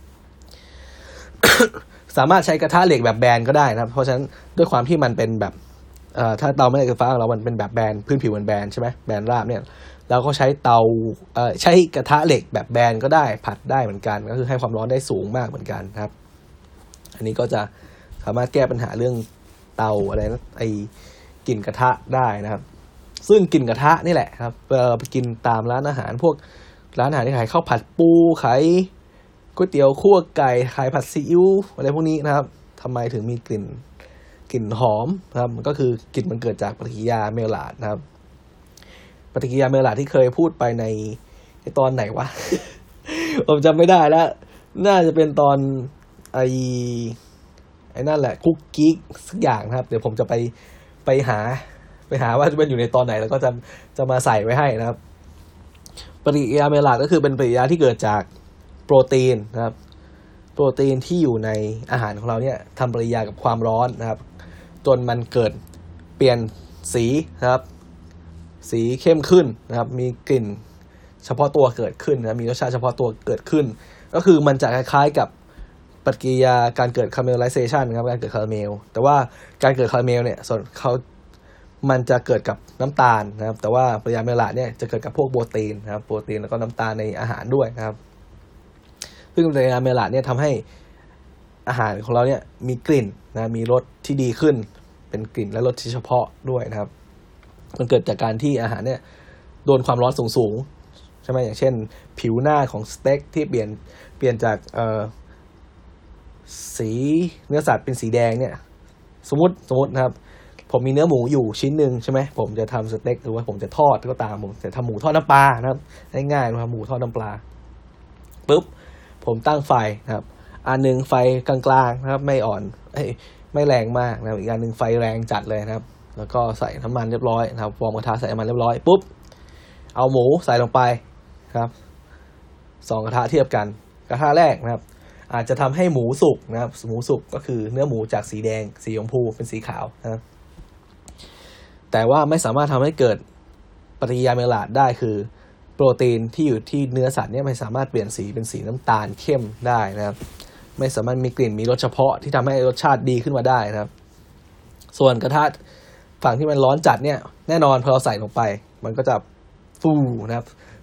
สามารถใช้กระทะเหล็กแบบแบนก็ได้นะครับเพราะฉะนั้นด้วยความที่มันเป็นแบบเอ่อถ้าเตาแม่เหล็กไฟฟ้าของเรามันเป็นแบบแบนพื้นผิวมันแบนใช่ไหมแบนราบเนี่ยเราก็ใช้เตาเอ่อใช้กระทะเหล็กแบบแบนก็ได้ผัดได้เหมือนกันก็คือให้ความร้อนได้สูงมากเหมือนกันครับอันนี้ก็จะสามารถแก้ปัญหาเรื่องเตาอะไรนะไอกลิ่นกระทะได้นะครับซึ่งกลิ่นกระทะนี่แหละครับเวลาไปกินตามร้านอาหารพวกร้านอาหารที่ขายข้าวผัดปูขายก๋วยเตี๋ยวคั่วไก่ขายผัดซีอิ๊วอะไรพวกนี้นะครับทำไมถึงมีกลิ่นกลิ่นหอมนะครับมันก็คือกลิ่นมันเกิดจากปฏิกิริยาเมลลาร์ดนะครับปฏิกิริยาเมลลาร์ดที่เคยพูดไปในในตอนไหนวะ ผมจำไม่ได้แล้วน่าจะเป็นตอนไอไอ้นั่นแหละคุกกิ๊กสักอย่างนะครับเดี๋ยวผมจะไปไปหาไปหาว่ามันอยู่ในตอนไหนแล้วก็จะจะมาใส่ไว้ให้นะครับปฏิกิริยาเมลลาร์ดก็คือเป็นปฏิกิริยาที่เกิดจากโปรตีนนะครับโปรตีนที่อยู่ในอาหารของเราเนี่ยทำปฏิกิริยากับความร้อนนะครับจนมันเกิดเปลี่ยนสีนะครับสีเข้มขึ้นนะครับมีกลิ่นเฉพาะตัวเกิดขึ้นนะมีรสชาติเฉพาะตัวเกิดขึ้นก็คือมันจะคล้ายๆกับปฏิกิริยาการเกิดคาราเมลไลเซชันครับการเกิดคาราเมลแต่ว่าการเกิดคาราเมลเนี่ยส่วนเขามันจะเกิดกับน้ำตาลนะครับแต่ว่าปฏิกิริยาเมลลาร์ดเนี่ยจะเกิดกับพวกโปรตีนนะครับโปรตีนแล้วก็น้ำตาลในอาหารด้วยนะครับซึ่งปฏิกิริยาเมลลาร์ดเนี่ยทำให้อาหารของเราเนี่ยมีกลิ่นนะมีรสที่ดีขึ้นเป็นกลิ่นและรสที่เฉพาะด้วยนะครับมันเกิดจากการที่อาหารเนี่ยโดนความร้อนสูงๆใช่ไหมอย่างเช่นผิวหน้าของสเต็กที่เปลี่ยนเปลี่ยนจากเอ่อสีเนื้อสัตว์เป็นสีแดงเนี่ยสมมติสมมตินะครับผมมีเนื้อหมูอยู่ชิ้นหนึ่งใช่ไหมผมจะทำสเต็กหรือว่าผมจะทอดก็ตามผมจะทำหมูทอดน้ำปลานะครับง่ายๆนะครับหมูทอดน้ำปลาปุ๊บผมตั้งไฟนะครับอันนึงไฟกลางๆนะครับไม่อ่อนไม่แรงมากนะครับอีกอันนึงไฟแรงจัดเลยนะครับแล้วก็ใส่น้ำมันเรียบร้อยนะครับวอร์มกระทะใส่น้ำมันเรียบร้อยปุ๊บเอาหมูใส่ลงไปครับสองกระทะเทียบกันกระทะแรกนะครับอาจจะทำให้หมูสุกนะครับหมูสุกก็คือเนื้อหมูจากสีแดงสีชมพูเป็นสีขาวนะครับแต่ว่าไม่สามารถทำให้เกิดปฏิกิริยาเมลลาร์ดได้คือโปรตีนที่อยู่ที่เนื้อสัตว์เนี่ยไม่สามารถเปลี่ยนสีเป็นสีน้ำตาลเข้มได้นะครับไม่สามารถมีกลิ่นมีรสเฉพาะที่ทำให้รสชาติดีขึ้นมาได้นะครับส่วนกระทะฝั่งที่มันร้อนจัดเนี่ยแน่นอนพอเราใส่ลงไปมันก็จะฟูนะครับ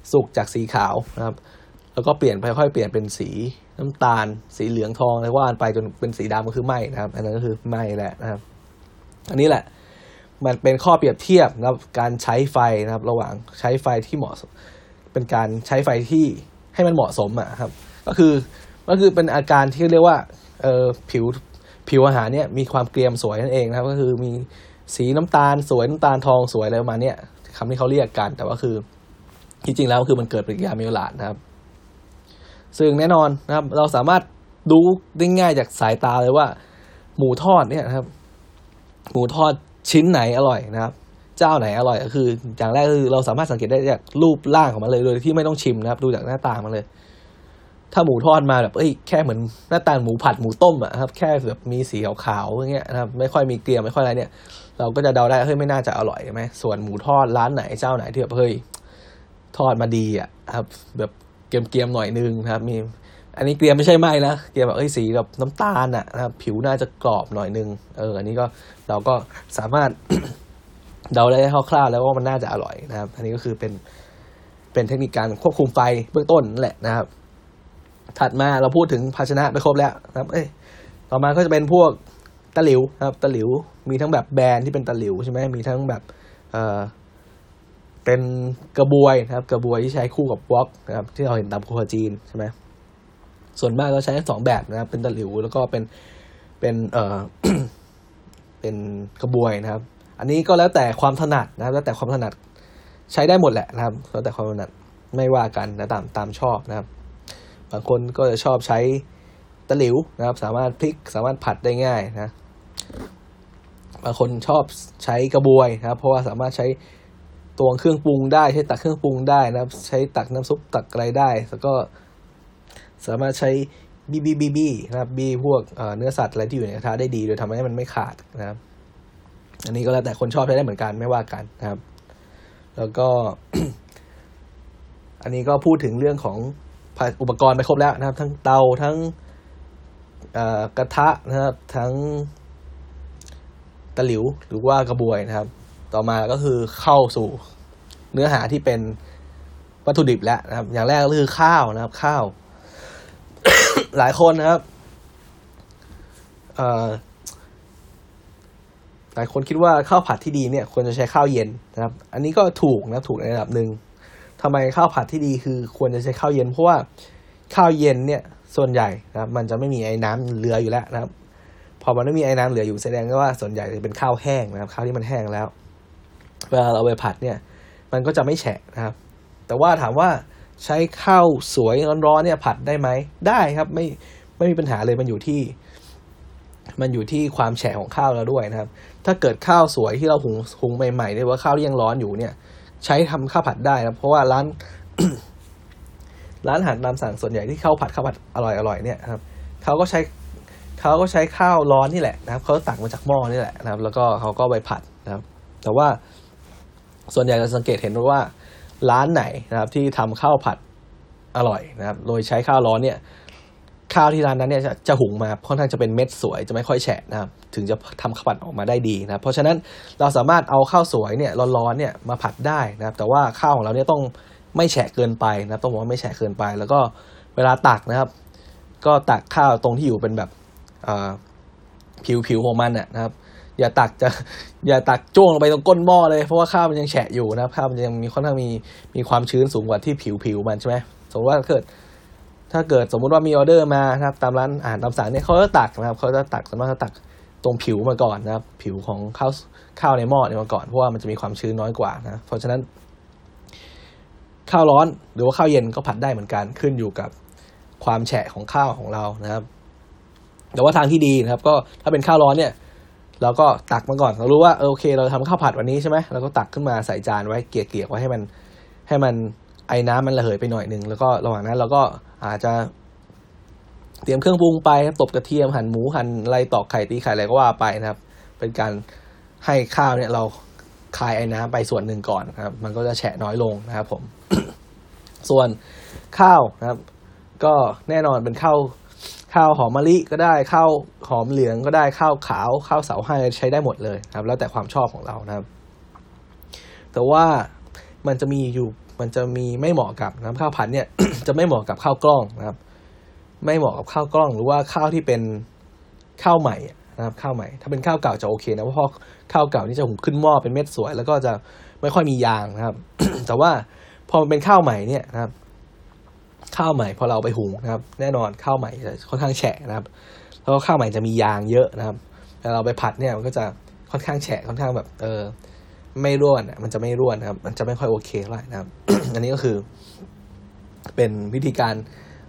สุกจากสีขาวนะครับแล้วก็เปลี่ยนไปค่อยเปลี่ยนเป็นสีน้ำตาลสีเหลืองทองอะไรว่าไปจนเป็นสีดำก็คือไหม้นะครับอันนั้นก็คือไหม้แหละนะครับอันนี้แหละมันเป็นข้อเปรียบเทียบนะครับการใช้ไฟนะครับระหว่างใช้ไฟที่เหมาะเป็นการใช้ไฟที่ให้มันเหมาะสมอ่ะครับก็คือก็คือเป็นอาการที่เรียกว่าเอ่อผิวผิวอาหารเนี่ยมีความเกรียมสวยนั่นเองนะครับก็คือมีสีน้ำตาลสวยน้ำตาลทองสวยอะไรประมาณนี้คำที่เขาเรียกกันแต่ว่าคือจริงๆแล้วคือมันเกิดปฏิกิริยาเมลลาร์ดนะครับซึ่งแน่นอนนะครับเราสามารถดูได้ง่ายจากสายตาเลยว่าหมูทอดเนี่ยนะครับหมูทอดชิ้นไหนอร่อยนะครับเจ้าไหนอร่อยก็คืออย่างแรกคือเราสามารถสังเกตได้จากรูปร่างของมันเลยโดยที่ไม่ต้องชิมนะครับดูจากหน้าตามันเลยถ้าหมูทอดมาแบบเอ้ยแค่เหมือนหน้าตาหมูผัดหมูต้มอะครับแค่แบบมีสีขาวๆอย่างเงี้ยนะครับไม่ค่อยมีเกลี่ยไม่ค่อยอะไรเนี่ยเราก็จะเดาได้เฮ้ยไม่น่าจะอร่อยใช่ไหมส่วนหมูทอดร้านไหนเจ้าไหนที่แบบเฮ้ยทอดมาดีอะครับแบบเกรียมๆหน่อยนึงนะครับมีอันนี้เกรียมไม่ใช่ไหมนะเกรียมแบบเอ้ยสีแบบน้ำตาลอะนะครับผิวน่าจะกรอบหน่อยนึงเอออันนี้ก็เราก็สามารถ เดาได้คร่าวๆแล้วว่ามันน่าจะอร่อยนะครับอันนี้ก็คือเป็นเป็นเทคนิคการควบคุมไฟเบื้องต้นนั่นแหละนะครับถัดมาเราพูดถึงภาชนะไปครบแล้วนะครับเอ้ยต่อมาก็จะเป็นพวกตะหลิวนะครับตะหลิวมีทั้งแบบแบนที่เป็นตะหลิวใช่ไหมมีทั้งแบบเอ่อเป็นกระบวยนะครับกระบวยที่ใช้คู่กับวอกนะครับที่เราเห็นตามโครัวจีนใช่ไหมส่วนมากเราใช้สองแบบนะครับเป็นตะหลิวแล้วก็เป็นเป็นเอ่อ เป็นกระบวยนะครับอันนี้ก็แล้วแต่ความถนัดนะครับแล้วแต่ความถนัดใช้ได้หมดแหละนะครับแล้วแต่ความถนัดไม่ว่ากันนะตามตามชอบนะครับบางคนก็จะชอบใช้ตะหลิวนะครับสามารถพลิกสามารถผัดได้ง่ายนะบางคนชอบใช้กระบวยนะครับเพราะว่าสามารถใช้ตวงเครื่องปรุงได้ใช้ตักเครื่องปรุงได้นะครับใช้ตักน้ำซุปตักอะไรได้แล้วก็สามารถใช้บีบีบีบีนะครับบีพวกเนื้อสัตว์อะไรที่อยู่ในกระทะได้ดีโดยทำให้มันไม่ขาดนะครับอันนี้ก็แล้วแต่คนชอบใช้ได้เหมือนกันไม่ว่ากันนะครับแล้วก็ อันนี้ก็พูดถึงเรื่องของอุปกรณ์ไปครบแล้วนะครับทั้งเตาทั้งกระทะนะครับทั้งตะหลิวหรือว่ากระบวยนะครับต่อมาก็คือเข้าสู่เนื้อหาที่เป็นวัตถุดิบแล้วนะครับอย่างแรกก็คือข้าวนะครับข้าว หลายคนนะครับหลายคนคิดว่าข้าวผัดที่ดีเนี่ยควรจะใช้ข้าวเย็นนะครับอันนี้ก็ถูกนะถูกในระดับหนึ่งทำไมข้าวผัดที่ดีคือควรจะใช้ข้าวเย็นเพราะว่าข้าวเย็นเนี่ยส่วนใหญ่นะครับมันจะไม่มีไอ้น้ำเหลืออยู่แล้วนะครับพอมันไม่มีไอ้น้ำเหลืออยู่แสดงว่าส่วนใหญ่จะเป็นข้าวแห้งนะครับข้าวที่มันแห้งแล้วเวลาเราไปผัดเนี่ยมันก็จะไม่แฉะนะครับแต่ว่าถามว่าใช้ข้าวสวยร้อนๆเนี่ยผัดได้ไหมได้ครับไม่ไม่มีปัญหาเลยมันอยู่ที่มันอยู่ที่ความแฉะของข้าวเราด้วยนะครับถ้าเกิดข้าวสวยที่เราหุงหุงใหม่ๆหรือว่าข้าวที่ยังร้อนอยู่เนี่ยใช้ทำข้าวผัดได้นะเพราะว่าร้าน ร้านอาหารตามสั่งส่วนใหญ่ที่ข้าวผัดข้าวผัดอร่อยๆเนี่ยครับเขาก็ใช้เขาก็ใช้ข้าวร้อนนี่แหละนะครับเขาตักมาจากหม้อนี่แหละนะครับแล้วก็เขาก็ไปผัดนะครับแต่ว่าส่วนใหญ่เราสังเกตเห็นว่าร้านไหนนะครับที่ทำข้าวผัดอร่อยนะครับโดยใช้ข้าวร้อนเนี่ยข้าวที่ร้านนั้นเนี่ยจะจะหุงมาค่อนข้างจะเป็นเม็ดสวยจะไม่ค่อยแฉะนะครับถึงจะทำข้าวผัดออกมาได้ดีนะครับเพราะฉะนั้นเราสามารถเอาข้าวสวยเนี่ยร้อนๆเนี่ยมาผัดได้นะครับแต่ว่าข้าวของเราเนี่ยต้องไม่แฉะเกินไปนะครับต้องบอกว่าไม่แฉะเกินไปแล้วก็เวลาตักนะครับก็ตักข้าวตรงที่อยู่เป็นแบบผิวๆของมันนะครับอย่าตักจะอย่าตักจ้วงลงไปตรงก้นหม้อเลยเพราะว่าข้าวมันยังแฉะอยู่นะครับข้าวมันยังมีค่อนข้างมีมีความชื้นสูงกว่าที่ผิวๆมันใช่ไหมสมมติว่าเกิดถ้าเกิดสมมุติว่ามีออเดอร์มานะครับตามร้านอาหารตามสั่งเนี่ยเขาจะตักนะครับเขาจะตักสามารถตักตรงผิวมาก่อนนะครับผิวของข้าวข้าวในหม้อเนี่ยมาก่อนเพราะว่ามันจะมีความชื้นน้อยกว่านะเพราะฉะนั้นข้าวร้อนหรือว่าข้าวเย็นก็ผัดได้เหมือนกันขึ้นอยู่กับความแฉะของข้าวของเรานะครับแต่ว่าทางที่ดีนะครับก็ถ้าเป็นข้าวร้อนเนี่ยเราก็ตักมาก่อนเรารู้ว่าเออโอเคเราทำข้าวผัดวันนี้ใช่ไหมเราก็ตักขึ้นมาใส่จานไว้เกลี่ยๆไว้ให้มันให้มันไอ้น้ำมันระเหยไปหน่อยนึงแล้วก็ระหว่างนั้นเราก็อาจจะเตรียมเครื่องปรุงไปตบกระเทียมหั่นหมูหั่นอะไรตอกไข่ตีไข่อะไรก็ว่าไปนะครับเป็นการให้ข้าวเนี่ยเราคายไอ้น้ำไปส่วนหนึ่งก่อนนะครับมันก็จะแฉะน้อยลงนะครับผม ส่วนข้าวนะครับก็แน่นอนเป็นข้าวข้าวหอมมะลิก็ได้ข้าวหอมเหลืองก็ได้ข้าวขาวข้าวเสาให้ใช้ได้หมดเลยครับแล้วแต่ความชอบของเรานะครับแต่ว่ามันจะมีอยู่มันจะมีไม่เหมาะกับน้ำข้าวผัดเนี่ย จะไม่เหมาะกับข้าวกล้องนะครับไม่เหมาะกับข้าวกล้องหรือว่าข้าวที่เป็นข้าวใหม่นะครับข้าวใหม่ถ้าเป็นข้าวเก่าจะโอเคนะเพราะข้าวเก่านี่จะหุงขึ้นหม้อเป็นเม็ดสวยแล้วก็จะไม่ค่อยมียางนะครับ แต่ว่าพอมันเป็นข้าวใหม่เนี่ยนะครับข้าวใหม่พอเราไปหุงนะครับแน่นอนข้าวใหม่จะค่อนข้างแฉะนะครับแล้วก็ข้าวใหม่จะมียางเยอะนะครับแต่เราไปผัดเนี่ยมันก็จะค่อนข้างแฉะค่อนข้างแบบเออไม่ร่วนมันจะไม่ร่วนนะครับมันจะไม่ค่อยโอเคเท่าไหร่นะครับ อันนี้ก็คือเป็นวิธีการ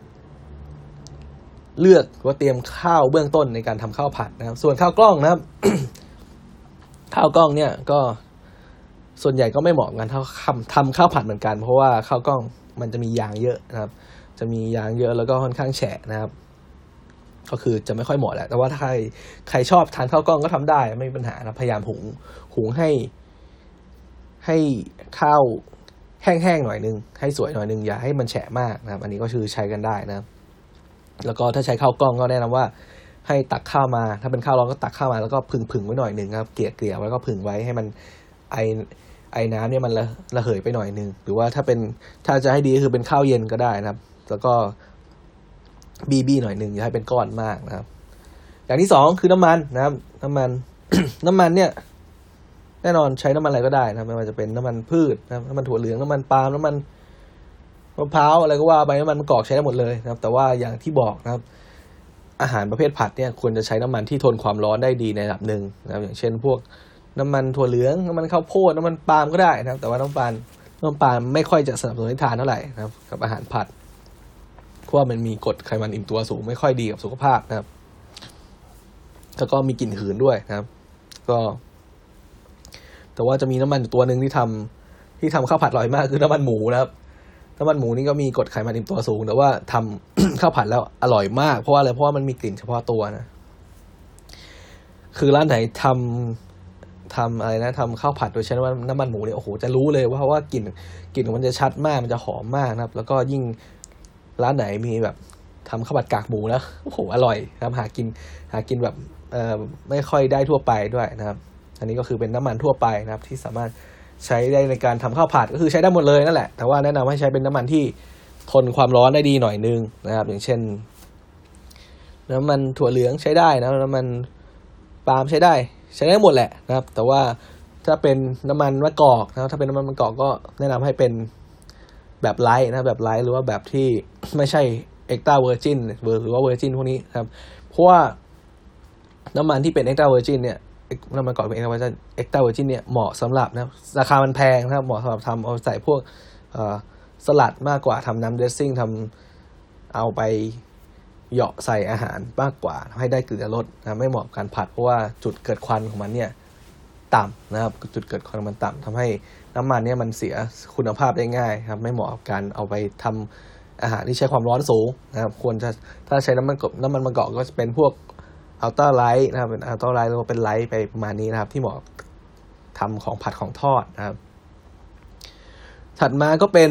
เลือกว่าเตรียมข้าวเบื้องต้นในการทำข้าวผัดนะครับส่วนข้าวกล้องนะครับ ข้าวกล้องเนี่ยก็ส่วนใหญ่ก็ไม่เหมาะกันเท่าทำข้าวผัดเหมือนกันเพราะว่าข้าวกล้องมันจะมียางเยอะนะครับจะมียางเยอะแล้วก็ค่อนข้างแฉะนะครับก็คือจะไม่ค่อยเหมาะแหละแต่ว่าถ้าใครใครชอบทานข้าวกล้องก็ทำได้ไม่มีปัญหานะพยายามหุงหุงให้ให้ข้าวแห้งๆหน่อยนึงให้สวยหน่อยนึงอย่าให้มันแฉะมากนะครับอันนี้ก็คือใช้กันได้นะครับแล้วก็ถ้าใช้ข้าวกล้องก็แนะนำว่าให้ตักข้าวมาถ้าเป็นข้าวร้อนก็ตักข้าวมาแล้วก็ผึ่งผึ่งไว้หน่อยนึงครับเกลี่ยเกลี่ยแล้วก็ผึ่งไว้ให้มันไอไอน้ำเนี่ยมันระระเหยไปหน่อยนึงหรือว่าถ้าเป็นถ้าจะให้ดีก็คือเป็นข้าวเย็นก็ได้นะครับแล้วก็บีบีหน่อยนึงอย่าให้เป็นก้อนมากนะครับอย่างที่สองคือน้ำมันนะครับน้ำมัน น้ำมันเนี่ยแน่นอนใช้น้ำมันอะไรก็ได้นะไม่ว่าจะเป็นน้ำมันพืชนะครับน้ำมันถั่วเหลืองน้ำมันปาล์มน้ำมันมะพร้าวอะไรก็ว่าไปน้ำมันมะกอกใช้ได้หมดเลยนะครับแต่ว่าอย่างที่บอกนะครับอาหารประเภทผัดเนี่ยควรจะใช้น้ำมันที่ทนความร้อนได้ดีในระดับหนึ่งนะครับอย่างเช่นพวกน้ำมันถั่วเหลืองน้ำมันข้าวโพดน้ำมันปาล์มก็ได้นะครับแต่ว่าน้ำปาล์มน้ำปาล์มไม่ค่อยจะสนับสนุนให้ทานเท่าไหร่นะครับกับอาหารผัดเพราะว่ามันมีกรดไขมันอิ่มตัวสูงไม่ค่อยดีกับสุขภาพนะครับแล้วก็มีกลิ่นหืนด้วยนะครับก็แต่ว่าจะมีน้ำมันตัวหนึ่งที่ทำที่ทำข้าวผัดอร่อยมากคือน้ำมันหมูนะครับน้ำมันหมูนี่ก็มีกรดไขมันอิ่มตัวสูงแต่ว่าทำ ข้าวผัดแล้วอร่อยมากเพราะว่าอะไรเพราะว่ามันมีกลิ่นเฉพาะตัวนะคือร้านไหนทำทำอะไรนะทำข้าวผัดโดยใช้น้ำมันน้ำมันหมูเนี่ยโอ้โหจะรู้เลยว่าเพราะว่ากลิ่นกลิ่นมันจะชัดมากมันจะหอมมากนะครับแล้วก็ยิ่งร้านไหนมีแบบทำข้าวผัดกากหมูแล้วโอ้โหอร่อยนะครับหากินหากินแบบเอ่อไม่ค่อยได้ทั่วไปด้วยนะครับอันนี้ก็คือเป็นน้ำมันทั่วไปนะครับที่สามารถใช้ได้ในการทำข้าวผัดก็คือใช้ได้หมดเลยนั่นแหละแต่ว่าแนะนำให้ใช้เป็นน้ำมันที่ทนความร้อนได้ดีหน่อยนึงนะครับอย่างเช่นน้ำมันถั่วเหลืองใช้ได้นะน้ำมันปาล์มใช้ได้ใช้ได้หมดแหละนะครับแต่ว่าถ้าเป็นน้ำมันมะกอกนะถ้าเป็นน้ำมันมะกอกก็แนะนำให้เป็นแบบไลท์นะแบบไลท์หรือว่าแบบที่ไม่ใช่เอ็กซ์ตร้าเวอร์จินหรือว่าเวอร์จินพวกนี้ครับเพราะว่าน้ำมันที่เป็นเอ็กซ์ตร้าเวอร์จินเนี่ยน้ำมันก่อนเป็นเอ็กซ์ตร้าเวอร์จินเอ็กซ์ตร้าเวอร์จินเนี่ยเหมาะสำหรับนะราคามันแพงนะครับเหมาะสำหรับทำเอาใส่พวกสลัดมากกว่าทำน้ำเดรสซิ่งทำเอาไปเหยาะใส่อาหารมากกว่าให้ได้กลิ่นรสนะไม่เหมาะกับการผัดเพราะว่าจุดเกิดควันของมันเนี่ยต่ำนะครับจุดเกิดควันมันต่ำทำให้น้ำมันเนี่ยมันเสียคุณภาพได้ง่ายครับไม่เหมาะกับการเอาไปทำอาหารที่ใช้ความร้อนสูงนะครับควรจะถ้าใช้น้ำมันกบน้ำมันมะกอกก็จะเป็นพวกอัลตร้าไลท์นะครับเป็นอัลตร้าไลท์หรือว่าเป็นไลท์ไปประมาณนี้นะครับที่เหมาะทำของผัดของทอดนะครับถัดมาก็เป็น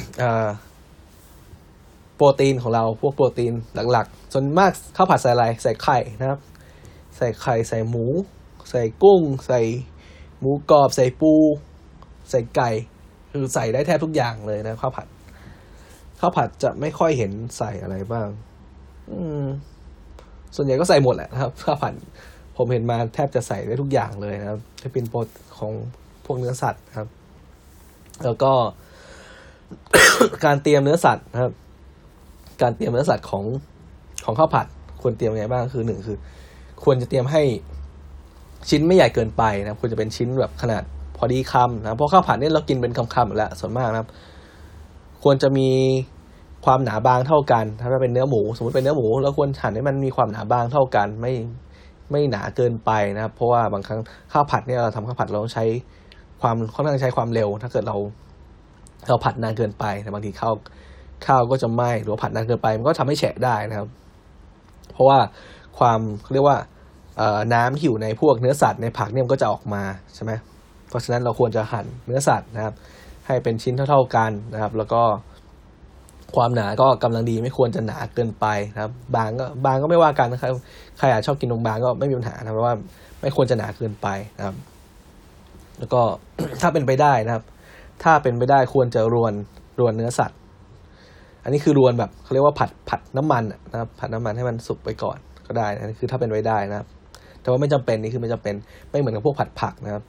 โปรตีนของเราพวกโปรตีนหลักๆส่วนมากข้าวผัดใส่อะไรใส่ไข่นะครับใส่ไข่ใส่หมูใส่กุ้งใส่หมูกรอบใส่ปูใส่ไก่คือใส่ได้แทบทุกอย่างเลยนะข้าวผัดข้าวผัดจะไม่ค่อยเห็นใส่อะไรบ้างอืมส่วนใหญ่ก็ใส่หมดแหละนะครับข้าวผัดผมเห็นมาแทบจะใส่ได้ทุกอย่างเลยนะครับที่เป็นโปรของพวกเนื้อสัตว์ครับแล้วก็ การเตรียมเนื้อสัตว์นะครับการเตรียมเนื้อสัตว์ของของข้าวผัดควรเตรียมไงบ้างคือหนึ่งคือควรจะเตรียมให้ชิ้นไม่ใหญ่เกินไปนะครับควรจะเป็นชิ้นแบบขนาดพอดีคำนะเพราะข้าวผัดเนี่ยเรากินเป็นคำๆอยู่แล้วส่วนมากนะครับควรจะมีความหนาบางเท่ากันถ้าเป็นเนื้อหมูสมมติเป็นเนื้อหมูเราควรหั่นให้มันมีความหนาบางเท่ากันไม่ไม่หนาเกินไปนะครับเพราะว่าบางครั้งข้าวผัดเนี่ยเราทำข้าวผัดเราต้องใช้ความค่อนข้างใช้ความเร็วถ้าเกิดเราเราผัดนานเกินไปแต่บางทีข้าวข้าวก็จะไหม้หรือผัดนานเกินไปมันก็ทำให้แฉะได้นะครับเพราะว่าความเรียกว่าน้ำที่อยู่ในพวกเนื้อสัตว์ในผักเนี่ยมันก็จะออกมาใช่ไหมเพราะฉะนั้นเราควรจะหั่นเนื้อสัตว์นะครับให้เป็นชิ้นเท่าๆกันนะครับแล้วก็ความหนาก็กำลังดีไม่ควรจะหนาเกินไปนะครับบางก็บางก็ไม่ว่ากันนะครับใครอาจชอบกินนมบางก็ไม่มีปัญหานะเพราะว่าไม่ควรจะหนาเกินไปนะครับแล้วก็ ถ้าเป็นไปได้นะครับถ้าเป็นไม่ได้ควรจะรวนรวนเนื้อสัตว์อันนี้คือรวนแบบเขาเรียกว่าผัดผัดน้ำมันนะครับผัดน้ำมันให้มันสุกไปก่อนก็ได้นะนี่คือถ้าเป็นไว้ได้นะครับแต่ว่าไม่จำเป็นนี่คือไม่จำเป็นไม่เหมือนกับพวกผัดผักนะครับ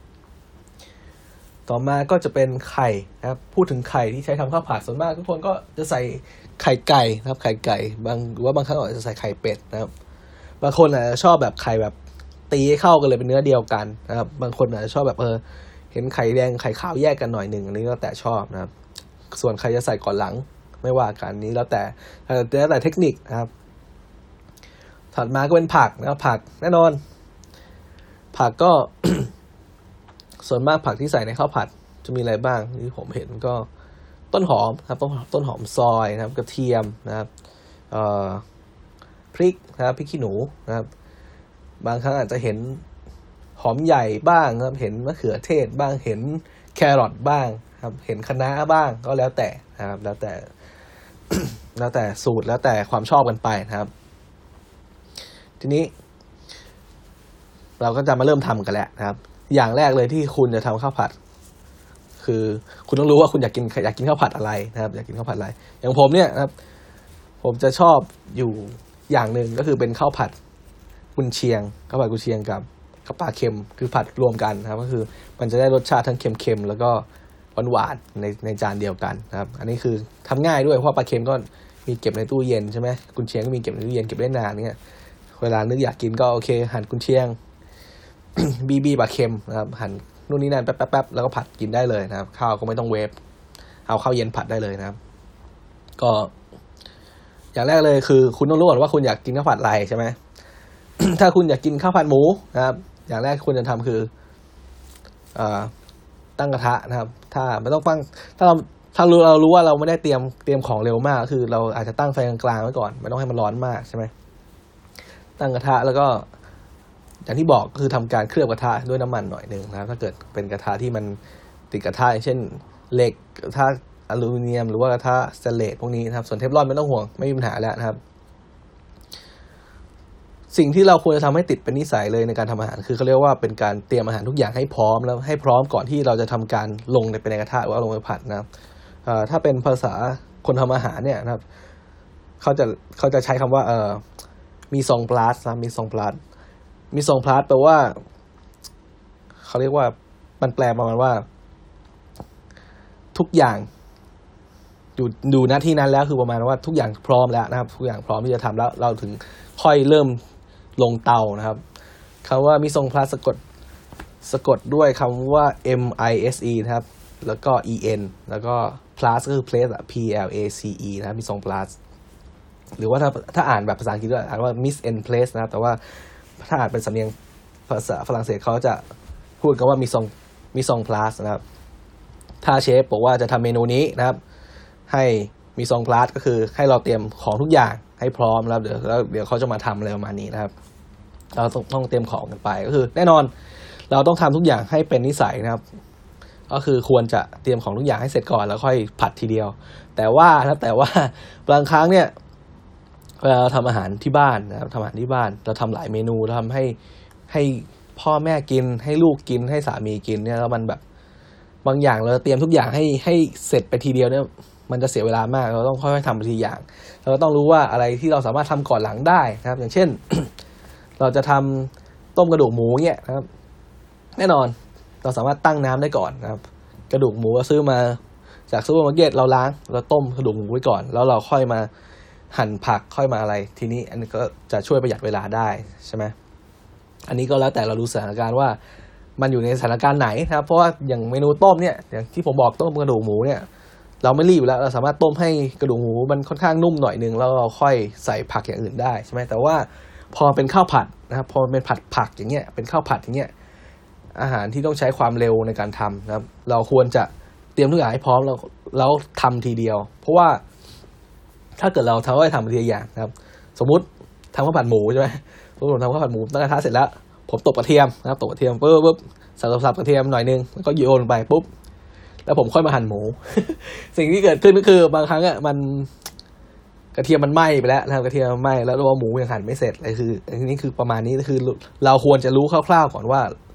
ต่อมาก็จะเป็นไข่นะครับพูดถึงไข่ที่ใช้ทำข้าวผัดส่วนมากทุกคนก็จะใส่ไข่ไก่นะครับไข่ไก่บางหรือว่าบางครั้งอาจจะใส่ไข่เป็ดนะครับบางคนอาจจะชอบแบบไข่แบบตีให้เข้ากันเลยเป็นเนื้อเดียวกันนะครับบางคนอาจจะชอบแบบเออเห็นไข่แดงไข่ขาวแยกกันหน่อยหนึ่งอันนี้ก็แต่ชอบนะครับส่วนใครจะใส่ก่อนหลังไม่ว่ากันนี้แล้วแต่แล้วแต่เทคนิคนะครับถัดมาก็เป็นผักนะครับผักแน่นอนผักก็ ส่วนมากผักที่ใส่ในข้าวผัดจะมีอะไรบ้างที่ผมเห็นก็ต้นหอมครับต้นหอมซอยนะครับกระเทียมนะครับเอ่อพริกนะครับพริกขี้หนูนะครับบางครั้งอาจจะเห็นหอมใหญ่บ้างครับเห็นมะเขือเทศบ้างเห็นแครอทบ้างครับเห็นคะน้าบ้างก็แล้วแต่นะครับแล้วแต่ แล้วแต่สูตรแล้วแต่ความชอบกันไปนะครับทีนี้เราก็จะมาเริ่มทำกันแล้วนะครับอย่างแรกเลยที่คุณจะทำข้าวผัดคือคุณต้องรู้ว่าคุณอยากกินอยากกินข้าวผัดอะไรนะครับอยากกินข้าวผัดอะไรอย่างผมเนี่ยนะครับผมจะชอบอยู่อย่างหนึ่งก็คือเป็นข้าวผัดกุนเชียงข้าวผัดกุนเชียงกับกับปลาเค็มคือผัดรวมกันนะครับก็คือมันจะได้รสชาติทั้งเค็มๆแล้วก็หวานๆในในจานเดียวกันนะครับอันนี้คือทำง่ายด้วยเพราะปลาเค็มก็มีเก็บในตู้เย็นใช่ไหมกุนเชียงก็มีเก็บในตู้เย็นเก็บได้นานเนี่ยเวลานึกอยากกินก็โอเคหั่นกุนเชียง บีบีปลาเค็มนะครับหั่นนู่นนี่นั่นแป๊บๆแล้วก็ผัดกินได้เลยนะครับข้าวก็ไม่ต้องเวฟเอาข้าวเย็นผัดได้เลยนะครับก็อย่างแรกเลยคือคุณต้องรู้ก่อนว่าคุณอยากกินข้าวผัดอะไรใช่ไหม ถ้าคุณอยากกินข้าวผัดหมูนะครับอย่างแรกคุณจะทำคือเอ่อตั้งกระทะนะครับถ้าไม่ต้องตั้งถ้าเราถ้ารู้เรารู้ว่าเราไม่ได้เตรียมเตรียมของเร็วมากคือเราอาจจะตั้งไฟกลางๆไว้ก่อนไม่ต้องให้มันร้อนมากใช่ไหมตั้งกระทะแล้วก็อย่างที่บอกคือทำการเคลือบกระทะด้วยน้ำมันหน่อยนึงนะครับถ้าเกิดเป็นกระทะที่มันติดกระทะอย่างเช่นเหล็กกระทะอลูมิเนียมหรือว่ากระทะสแตนเลสพวกนี้นะครับส่วนเทฟลอนไม่ต้องห่วงไม่มีปัญหาแล้วนะครับสิ่งที่เราควรจะทำให้ติดเป็นนิสัยเลยในการทำอาหารคือเขาเรียกว่าเป็นการเตรียมอาหารทุกอย่างให้พร้อมแล้วให้พร้อมก่อนที่เราจะทำการลงในกระทะหรือว่าลงไปผัดนะครับถ้าเป็นภาษาคนทำอาหารเนี่ยนะครับเขาจะเขาจะใช้คำว่าเออมีซองพลาสนะมีซองพลาสมีซองพลาสแปลว่าเขาเรียกว่ามันแปลประมาณว่าทุกอย่างอยู่ดูหน้าที่นั้นแล้วคือประมาณว่าทุกอย่างพร้อมแล้วนะครับทุกอย่างพร้อมที่จะทำแล้วเราถึงค่อยเริ่มลงเตานะครับคำว่ามิซงพลาสสะกดสะกดด้วยคำว่า M I S E นะครับแล้วก็ E N แล้วก็ plus ก็คือ place P L A C E นะครับมิซงพลาสหรือว่าถ้าถ้าอ่านแบบภาษาอังกฤษก็อ่านว่า miss and place นะครับแต่ว่าถ้าอ่านเป็นสำเนียงภาษาฝรั่งเศสเขาจะพูดกันว่ามิซงมิซงพลาสนะครับถ้าเชฟบอกว่าจะทำเมนูนี้นะครับให้มีซองพลาสก็คือให้เราเตรียมของทุกอย่างให้พร้อมแล้วเดี๋ยวแล้วเดี๋ยวเขาจะมาทำอะไรประมาณนี้นะครับเราต้องต้องเตรียมของกันไปก็คือแน่นอนเราต้องทำทุกอย่างให้เป็นนิสัยนะครับก็คือควรจะเตรียมของทุกอย่างให้เสร็จก่อนแล้วค่อยผัดทีเดียวแต่ว่านะแต่ว่าบางครั้งเนี่ยเวลาเราทำอาหารที่บ้านนะครับทำอาหารที่บ้านเราทำหลายเมนูเราทำให้ให้พ่อแม่กินให้ลูกกินให้สามีกินเนี่ยแล้วมันแบบบางอย่างเราเตรียมทุกอย่างให้ให้เสร็จไปทีเดียวเนี่ยมันจะเสียเวลามากเราต้องค่อยๆทำไปทีอย่างเราต้องรู้ว่าอะไรที่เราสามารถทำก่อนหลังได้นะครับอย่างเช่น เราจะทำต้มกระดูกหมูเนี่ยนะครับแน่นอนเราสามารถตั้งน้ำได้ก่อนนะครับกระดูกหมูเราซื้อมาจากซูเปอร์มาร์เก็ตเราล้างเราต้มกระดูกหมูไว้ก่อนแล้วเราค่อยมาหั่นผักค่อยมาอะไรทีนี้อันนี้ก็จะช่วยประหยัดเวลาได้ใช่ไหมอันนี้ก็แล้วแต่เราดูสถานการณ์ว่ามันอยู่ในสถานการณ์ไหนนะครับเพราะว่าอย่างเมนูต้มเนี่ยอย่างที่ผมบอกต้มกระดูกหมูเนี่ยเราไม่รีบแล้วเราสามารถต้มให้กระดูกหมูมันค่อนข้างนุ่มหน่อยนึงแล้วเราค่อยใส่ผักอย่างอื่นได้ใช่ไหมแต่ว่าพอเป็นข้าวผัดนะครับพอเป็นผัดผักอย่างเงี้ยเป็นข้าวผัดอย่างเงี้ยอาหารที่ต้องใช้ความเร็วในการทำนะครับเราควรจะเตรียมทุกอย่างให้พร้อมแล้วแล้วทำทีเดียวเพราะว่าถ้าเกิดเราทำให้ทำทีละอย่างนะครับสมมุติทำข้าวผัดหมูใช่ไหมสมมติผมทำข้าวผัดหมูตั้งกระทะเสร็จแล้วผมตบกระเทียมนะครับตบกระเทียมปุ๊บปุ๊บสับสับกระเทียมหน่อยนึงแล้วก็โยนลงไปปุ๊บแล้วผมค่อยมาหั่นหมู สิ่งที่เกิดขึ้นก็คือบางครั้งอ่ะมันกระเทียมมันไหม้ไปแล้วนะครับกระเทียมมันไหม้แล้วตัวหมูยังหั่นไม่เสร็จเลยคืออันนี้คือประมาณนี้คือเราควรจะรู้คร่าวๆก่อนว่า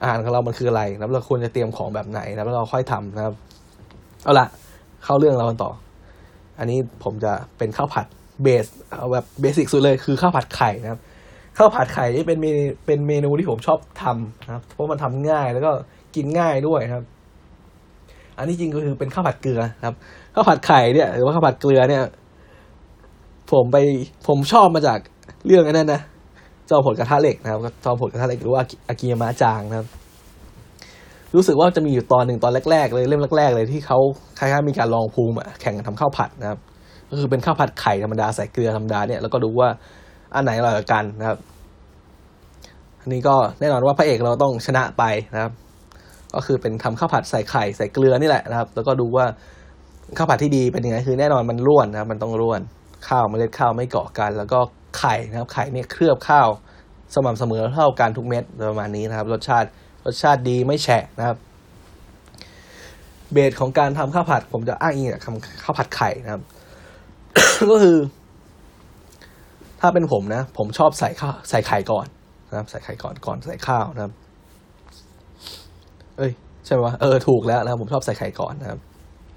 อาหารของเรามันคืออะไรแล้วเราควรจะเตรียมของแบบไหนแล้วเราค่อยทำนะครับเอาละเข้าเรื่องเรากันต่ออันนี้ผมจะเป็นข้าวผัดเบสเอาแบบเบสิกสุดเลยคือข้าวผัดไข่นะครับข้าวผัดไข่นี่เป็นเมนูเป็นเมนูที่ผมชอบทำนะครับเพราะมันทำง่ายแล้วก็กินง่ายด้วยครับอันนี้จริงก็คือเป็นข้าวผัดเกลือครับข้าวผัดไข่เนี่ยหรือว่าข้าวผัดเกลือเนี่ยผมไปผมชอบมาจากเรื่องนั้นนะจอมพลกระทะเหล็กนะครับจอมพลกระทะเหล็กหรือว่าอากิยามะจางนะครับรู้สึกว่าจะมีอยู่ตอนหนึ่งตอนแรกๆเลยเล่มแรกๆเลยที่เขาคล้ายๆมีการลองภูมิแข่งกันทำข้าวผัดนะครับก็คือเป็นข้าวผัดไข่ธรรมดาใส่เกลือธรรมดาเนี่ยแล้วก็ดูว่าอันไหนอร่อยกว่ากันนะครับอันนี้ก็แน่นอนว่าพระเอกเราต้องชนะไปนะครับก็คือเป็นทำข้าวผัดใส่ไข่ใส่เกลือนี่แหละนะครับแล้วก็ดูว่าข้าวผัดที่ดีเป็นยังไงคือแน่นอนมันร่วนนะครับมันต้องร่วนข้าวเมล็ดข้าวไม่เกาะกันแล้วก็ไข่นะครับไข่เนี่ยเคลือบข้าวสม่ำเสมอเท่ากันทุกเม็ดประมาณนี้นะครับรสชาติรสชาติดีไม่แฉะนะครับเบสของการทำข้าวผัดผมจะอ้างอิงจากคำข้าวผัดไข่นะครับ ก็คือถ้าเป็นผมนะผมชอบใส่ข้าวใส่ไข่ก่อนนะครับใส่ไข่ก่อนก่อนใส่ข้าวนะครับเอ้ยใช่ไหมวะเออถูกแล้วนะครับผมชอบใส่ไข่ก่อนนะครับ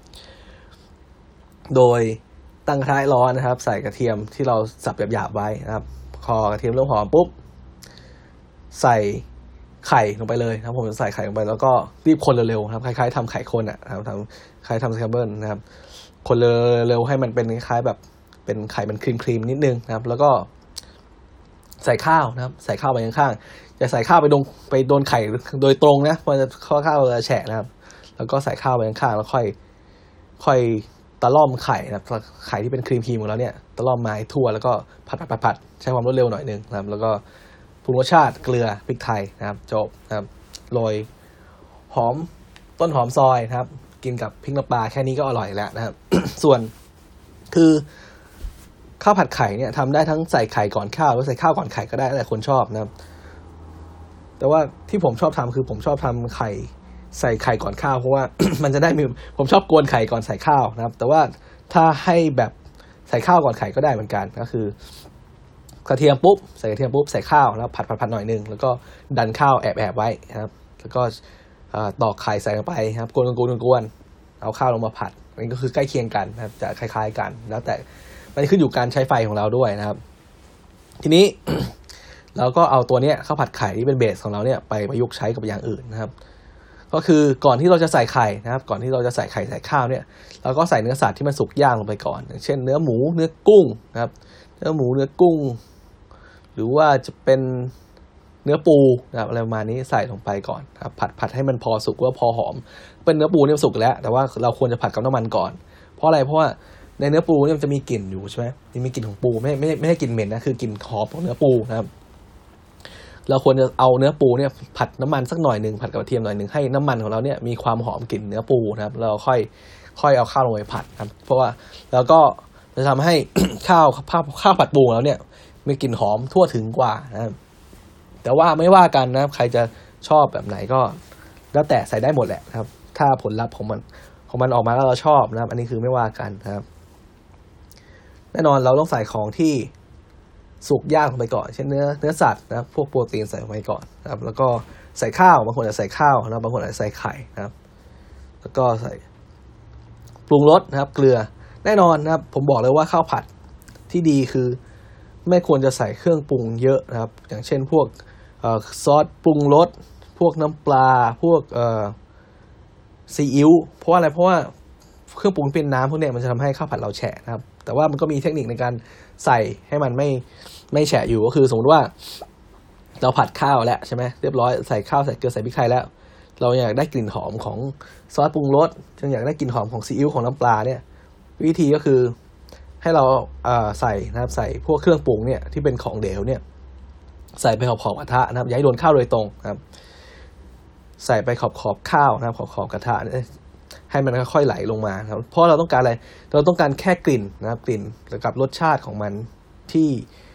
โดยตั้งกระทะร้อนนะครับใส่กระเทียมที่เราสับหยาบๆไว้นะครับพอกระเทียมเริ่มหอมปุ๊บใส่ไข่ลงไปเลยนะครับผมจะใส่ไข่ลงไปแล้วก็รีบคนเร็วๆครับคล้ายๆทำไข่คนอ่ะทำคล้ายทำสแครมเบิลนะครับคนเร็วๆให้มันเป็นคล้ายๆแบบเป็นไข่มันครีมๆนิดนึงนะครับแล้วก็ใส่ข้าวนะครับใส่ข้าวไปข้างๆจะใส่ข้าวไปโดนไปโดนไข่โดยตรงนะมันจะข้าวข้าวจะแฉะนะครับแล้วก็ใส่ข้าวไปข้างๆแล้วค่อยค่อยตะล่อมไข่นะครับไข่ที่เป็นครีมครีมของเราเนี่ยตะล่อมมาให้ทั่วแล้วก็ผัดผัดผัดผัดใช้ความรวดเร็วหน่อยนึงนะครับแล้วก็ปรุงรสชาติเกลือพริกไทยนะครับจบนะครับโรยหอมต้นหอมซอยนะครับกินกับพริกน้ำปลาแค่นี้ก็อร่อยแล้วนะครับ ส่วนคือข้าวผัดไข่เนี่ยทำได้ทั้งใส่ไข่ก่อนข้าวหรือใส่ข้าวก่อนไข่ก็ได้แต่คนชอบนะครับแต่ว่าที่ผมชอบทำคือผมชอบทำไข่ใส่ไข่ก่อนข้าวเพราะว่า มันจะได้มีผมชอบกวนไข่ก่อนใส่ข้าวนะครับแต่ว่าถ้าให้แบบใส่ข้าวก่อนไข่ก็ได้เหมือนกันก็คือกระเทียมปุ๊บใส่กระเทียมปุ๊บใส่ข้าวแล้วผัดผัดผัดหน่อยนึงแล้วก็ดันข้าวแอบแอบไว้นะครับแล้วก็ตอกไข่ใส่ลงไปครับกวนกวนกวนเอาข้าวลงมาผัดนี่ก็คือใกล้เคียงกันนะครับจะคล้ายๆกันแล้วแต่มันขึ้นอยู่การใช้ไฟของเราด้วยนะครับทีนี้ เราก็เอาตัวเนี้ยข้าวผัดไข่ที่เป็นเบสของเราเนี่ยไปประยุกต์ใช้กับอย่างอื่นนะครับก็คือก่อนที่เราจะใส่ไข่นะครับก่อนที่เราจะใส่ไข่ใส่ข้าวเนี่ยเราก็ใส่เนื้อสัตว์ที่มันสุกย่างลงไปก่อนอย่างเช่นเนื้อหมูเนื้อกุ้งนะครับเนื้อหมูเนื้อกุ้งหรือว่าจะเป็นเนื้อปูนะครับอะไรประมาณนี้ใส่ลงไปก่อนครับผัดผัดให้มันพอสุกว่าพอหอมเป็นเนื้อปูเนี่ยสุกแล้วแต่ว่าเราควรจะผัดกับน้ำมันก่อนเพราะอะไรเพราะว่าในเนื้อปูเนี่ยมันจะมีกลิ่นอยู่ใช่ไหมมีกลิ่นของปูไม่ไม่ไม่ใช่กลิ่นเหม็นนะคือกลิ่นหอมของเนื้อปูนะครับเราควรจะเอาเนื้อปูเนี่ยผัดน้ำมันสักหน่อยหนึ่งผัดกับกระเทียมหน่อยหนึ่งให้น้ำมันของเราเนี่ยมีความหอมกลิ่นเนื้อปูนะครับเราค่อยค่อยเอาข้าวลงไปผัดครับเพราะว่าแล้วก็จะทำให้ ข้าวข้าวข้าวผัดปูของเราเนี่ยมีกลิ่นหอมทั่วถึงกว่านะครับแต่ว่าไม่ว่ากันนะครับใครจะชอบแบบไหนก็แล้วแต่ใส่ได้หมดแหละครับถ้าผลลัพธ์ของมันของมันออกมาแล้วเราชอบนะครับอันนี้คือไม่ว่ากันนะครับแน่นอนเราต้องใส่ของที่สุกย่างลงไปก่อนเช่นเนื้อเนื้อสัตว์นะครับพวกโปรตีนใส่ลงไปก่อนนะครับแล้วก็ใส่ข้าวบางคนอาจจะใส่ข้าวนะบางคนอาจจะใส่ไข่นะครับแล้วก็ใส่ปรุงรสนะครับเกลือแน่นอนนะครับผมบอกเลยว่าข้าวผัดที่ดีคือไม่ควรจะใส่เครื่องปรุงเยอะนะครับอย่างเช่นพวกซอสปรุงรสพวกน้ำปลาพวกซีอิ๊วเพราะอะไรเพราะว่าเครื่องปรุงเป็นน้ำพวกนี้มันจะทำให้ข้าวผัดเราแฉะนะครับแต่ว่ามันก็มีเทคนิคในการใส่ให้มันไม่ไม่แฉะอยู่ก็คือสมมติว่าเราผัดข้าวแล้วใช่ไหมเรียบร้อยใส่ข้าวใส่เกลือใส่พริกไทยแล้วเราอยากได้กลิ่นหอมของซอสปรุงรสอยากได้กลิ่นหอมของซีอิ๊วของน้ำปลาเนี่ยวิธีก็คือให้เราใส่นะครับใส่พวกเครื่องปรุงเนี่ยที่เป็นของเหลวเนี่ยใส่ไปขอบขอบกระทะนะครับอย่าให้โดนข้าวโดยตรงนะครับใส่ไปขอบขอบข้าวนะครับขอบขอบกระทะให้มันค่อยๆไหลลงมาครับเพราะเราต้องการอะไรเราต้องการแค่กลิ่นนะครับกลิ่นกับรสชาติของมันที่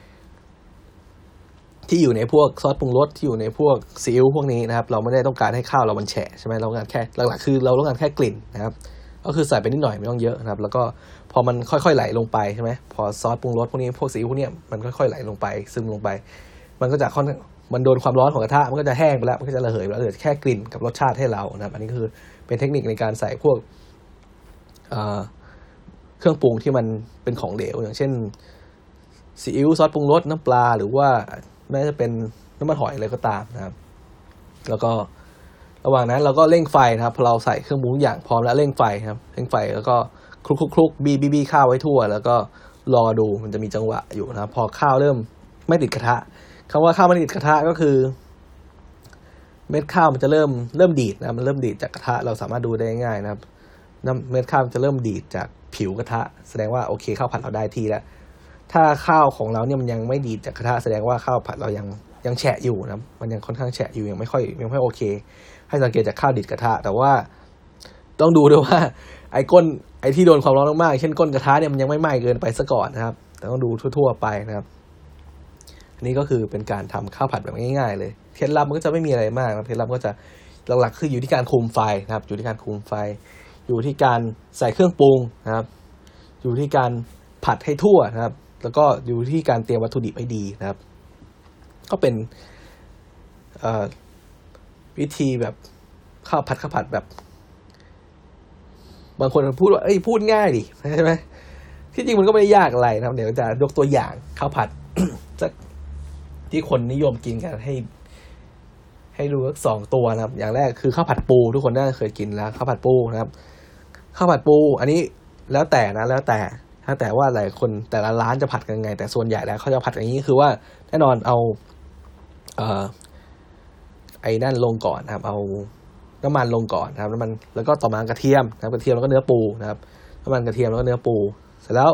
ที่อยู่ในพวกซอสปรุงรสที่อยู่ในพวกซีอิ๊วพวกนี้นะครับเราไม่ได้ต้องการให้ข้าวเรามันแฉะใช่ไหมเราต้องการแค่หลักๆคือเราต้องการแค่กลิ่นนะครับก็คือใส่ไปนิดหน่อยไม่ต้องเยอะนะครับแล้วก็พอมันค่อยๆไหลลงไปใช่ไหมพอซอสปรุงรสพวกนี้พวกซีอิ๊วพวกนี้มันค่อยๆไหลลงไปซึมลงไปมันก็จะค่อนมันโดนความร้อนของกระทะมันก็จะแห้งไปแล้วมันก็จะระเหยไปแล้วเหลือแค่กลิ่นกับรสชาติให้เรานะครับอันนี้คือเป็นเทคนิคในการใส่พวกเครื่องปรุงที่มันเป็นของเหลวอย่างเช่นซีอิ๊วซอสปรุงรสน้ำปลาหรือว่าแม้จะเป็นน้ำมันหอยอะไรก็ตามนะครับแล้วก็ระหว่างนั้นเราก็เร่งไฟนะครับพอเราใส่เครื่องปรุงอย่างพร้อมแล้วเร่งไฟครับเร่งไฟแล้วก็คลุกคลุกคลุกบีบีบีข้าวไว้ทั่วแล้วก็รอดูมันจะมีจังหวะอยู่นะครับพอข้าวเริ่มไม่ติดกระทะคำว่าข้าวไม่ติดกระทะก็คือเม็ดข้าวมันจะเริ่มเริ่มดีดนะมันเริ่มดีดจากกระทะเราสามารถดูได้ง่ายนะครับน้ำเม็ดข้าวจะเริ่มดีดจากผิวกระทะแสดงว่าโอเคข้าวผัดเราได้ที่แล้วถ้าข้าวของเราเนี่ยมันยังไม่ดีดจากกระทะแสดงว่าข้าวผัดเรายังยังแฉะอยู่นะมันยังค่อนข้างแฉะอยู่ยังไม่ค่อยยังไม่โอเคให้สังเกตจากข้าวดีดกระทะแต่ว่าต้องดูด้วยว่าไอ้ก้นไอ้ที่โดนความร้อนมากๆเช่นก้นกระทะเนี่ยมันยังไม่ไหม้เกินไปซะก่อนนะครับแต่ต้องดูทั่วๆไปนะครับอันนี้ก็คือเป็นการทำข้าวผัดแบบง่ายๆเลยเคล็ดลับมันก็จะไม่มีอะไรมากนะเคล็ดลับก็จะหลักๆคืออยู่ที่การคุมไฟนะครับอยู่ที่การคุมไฟอยู่ที่การใส่เครื่องปรุงนะครับอยู่ที่การผัดให้ทั่วนะครับแล้วก็อยู่ที่การเตรียมวัตถุดิบให้ดีนะครับก็เป็นวิธีแบบข้าวผัดข้าวผัดแบบบางคนพูดว่าเอ้ยพูดง่ายดิใช่ไหมที่จริงมันก็ไม่ได้ยากอะไรนะครับเดี๋ยวจะยกตัวอย่างข้าวผัด จากที่คนนิยมกินกันให้ให้ดูสักสองตัวนะครับอย่างแรกคือข้าวผัดปูทุกคนน่าจะเคยกินแล้วข้าวผัดปูนะครับข้าวผัดปูอันนี้แล้วแต่นะแล้วแต่ถ้าแต่ว่าหลายคนแต่ละร้านจะผัดกันไงแต่ส่วนใหญ่แล้วเขาจะผัดอย่างนี้คือว่าแน่นอนเอาเอ่อไอ้นั่นลงก่อนนะครับเอาน้ำมันลงก่อนนะครับน้ำมันแล้วก็ต่อมากระเทียมนะครับกระเทียมแล้วก็เนื้อปูนะครับน้ำมันกระเทียมแล้วก็เนื้อปูเสร็จแล้ว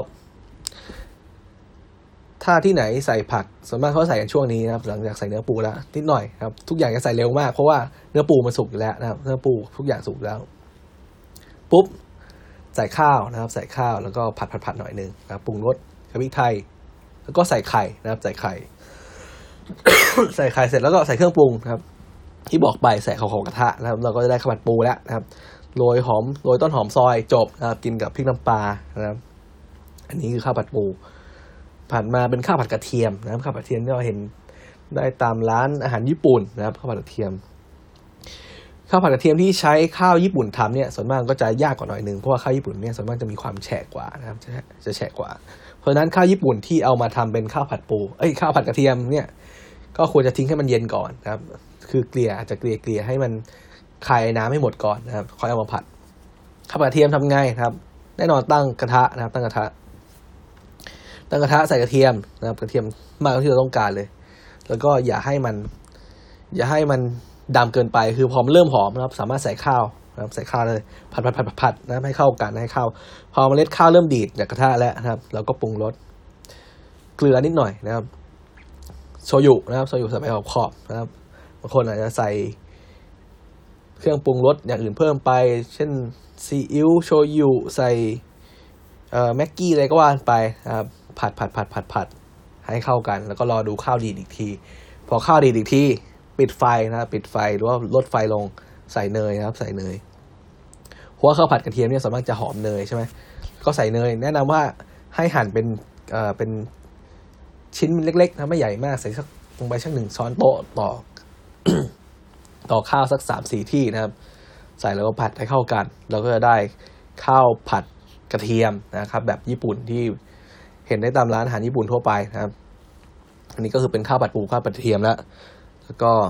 ถ้าที่ไหนใส่ผักส่วนมากเขาใส่กันช่วงนี้นะครับหลังจากใส่เนื้อปูแล้วนิดหน่อยครับทุกอย่างจะใส่เร็วมากเพราะว่าเนื้อปูมันสุกอยู่แล้วนะครับเนื้อปูทุกอย่างสุกแล้วปุ๊บใส่ข้าวนะครับใส่ข้าวแล้วก็ผัดผัดผัดหน่อยนึงนะครับปรุงรสกับพริกไทยแล้วก็ใส่ไข่นะครับใส่ไข่ ใส่ไข่เสร็จแล้วก็ใส่เครื่องปรุงนะครับที่บอกไปใส่ของกระทะนะครับเราก็จะได้ข้าวผัดปูแล้วนะครับโรยหอมโรยต้นหอมซอยจบนะครับกินกับพริกน้ำปลานะครับอันนี้คือข้าวผัดปูผัดมาเป็นข้าวผัดกระเทียมนะครับข้าวผัดกระเทียมที่เราเห็นได้ตามร้านอาหารญี่ปุ่นนะครับข้าวผัดกระเทียมข้าวผัดกระเทียมที่ใช้ข้าวญี่ปุ่นทำเนี่ยส่วนมากก็จะยากกว่าหน่อยนึงเพราะว่าข้าวญี่ปุ่นเนี่ยส่วนมากจะมีความแฉะกว่านะครับจะจะแฉะกว่าเพราะฉะนั้นข้าวญี่ปุ่นที่เอามาทำเป็นข้าวผัดปูเอ้ยข้าวผัดกระเทียมเนี่ยก็ควรจะทิ้งให้มันเย็นก่อนนะครับคือเกลี่ยอาจจะเกลี่ยเกลี่ยให้มันคายน้ำให้หมดก่อนนะครับค่อยเอามาผัดข้าวผัดกระเทียมทำไงครับแน่นอนตั้งกระทะนะครับตั้งกระทะตั้งกระทะใส่กระเทียมนะครับกระเทียมมากที่เราต้องการเลยแล้วก็อย่าให้มันอย่าให้มันดำเกินไปคือพอมันเริ่มหอมนะครับสามารถใส่ข้าวนะครับใส่ข้าวเลยผัดผัดผัดผัดนะครับให้เข้ากันให้เข้าพอเมล็ดข้าวเริ่มดีดจากกระทะแล้วนะครับเราก็ปรุงรสเกลือนิดหน่อยนะครับโชยุนะครับโชยุใส่ไปขอบๆนะครับบางคนอาจจะใส่เครื่องปรุงรสอย่างอื่นเพิ่มไปเช่นซีอิ๊วโชยุใส่เอ่อแม็กกี้อะไรก็ว่าไปนะครับผัดผัดผัดผัดผัดให้เข้ากันแล้วก็รอดูข้าวดีดอีกทีพอข้าวดีดอีกทีปิดไฟนะครับปิดไฟหรือว่าลดไฟลงใส่เนยนะครับใส่เนยเพราะว่าข้าวผัดกระเทียมเนี่ยส่วนมากจะหอมเนยใช่ไหมก็ใส่เนยแนะนำว่าให้หั่นเป็นเอ่อเป็นชิ้นเล็กๆนะไม่ใหญ่มากใส่สักลงไปสักหนึ่งช้อนโต๊ะต่อ ต่อข้าวสักสามสี่ที่นะครับใส่แล้วก็ผัดให้เข้ากันเราก็จะได้ข้าวผัดกระเทียมนะครับแบบญี่ปุ่นที่เห็นได้ตามร้านอาหารญี่ปุ่นทั่วไปนะครับอันนี้ก็คือเป็นข้าวผัดปูข้าวผัดกระเทียมแล้วแล้วก็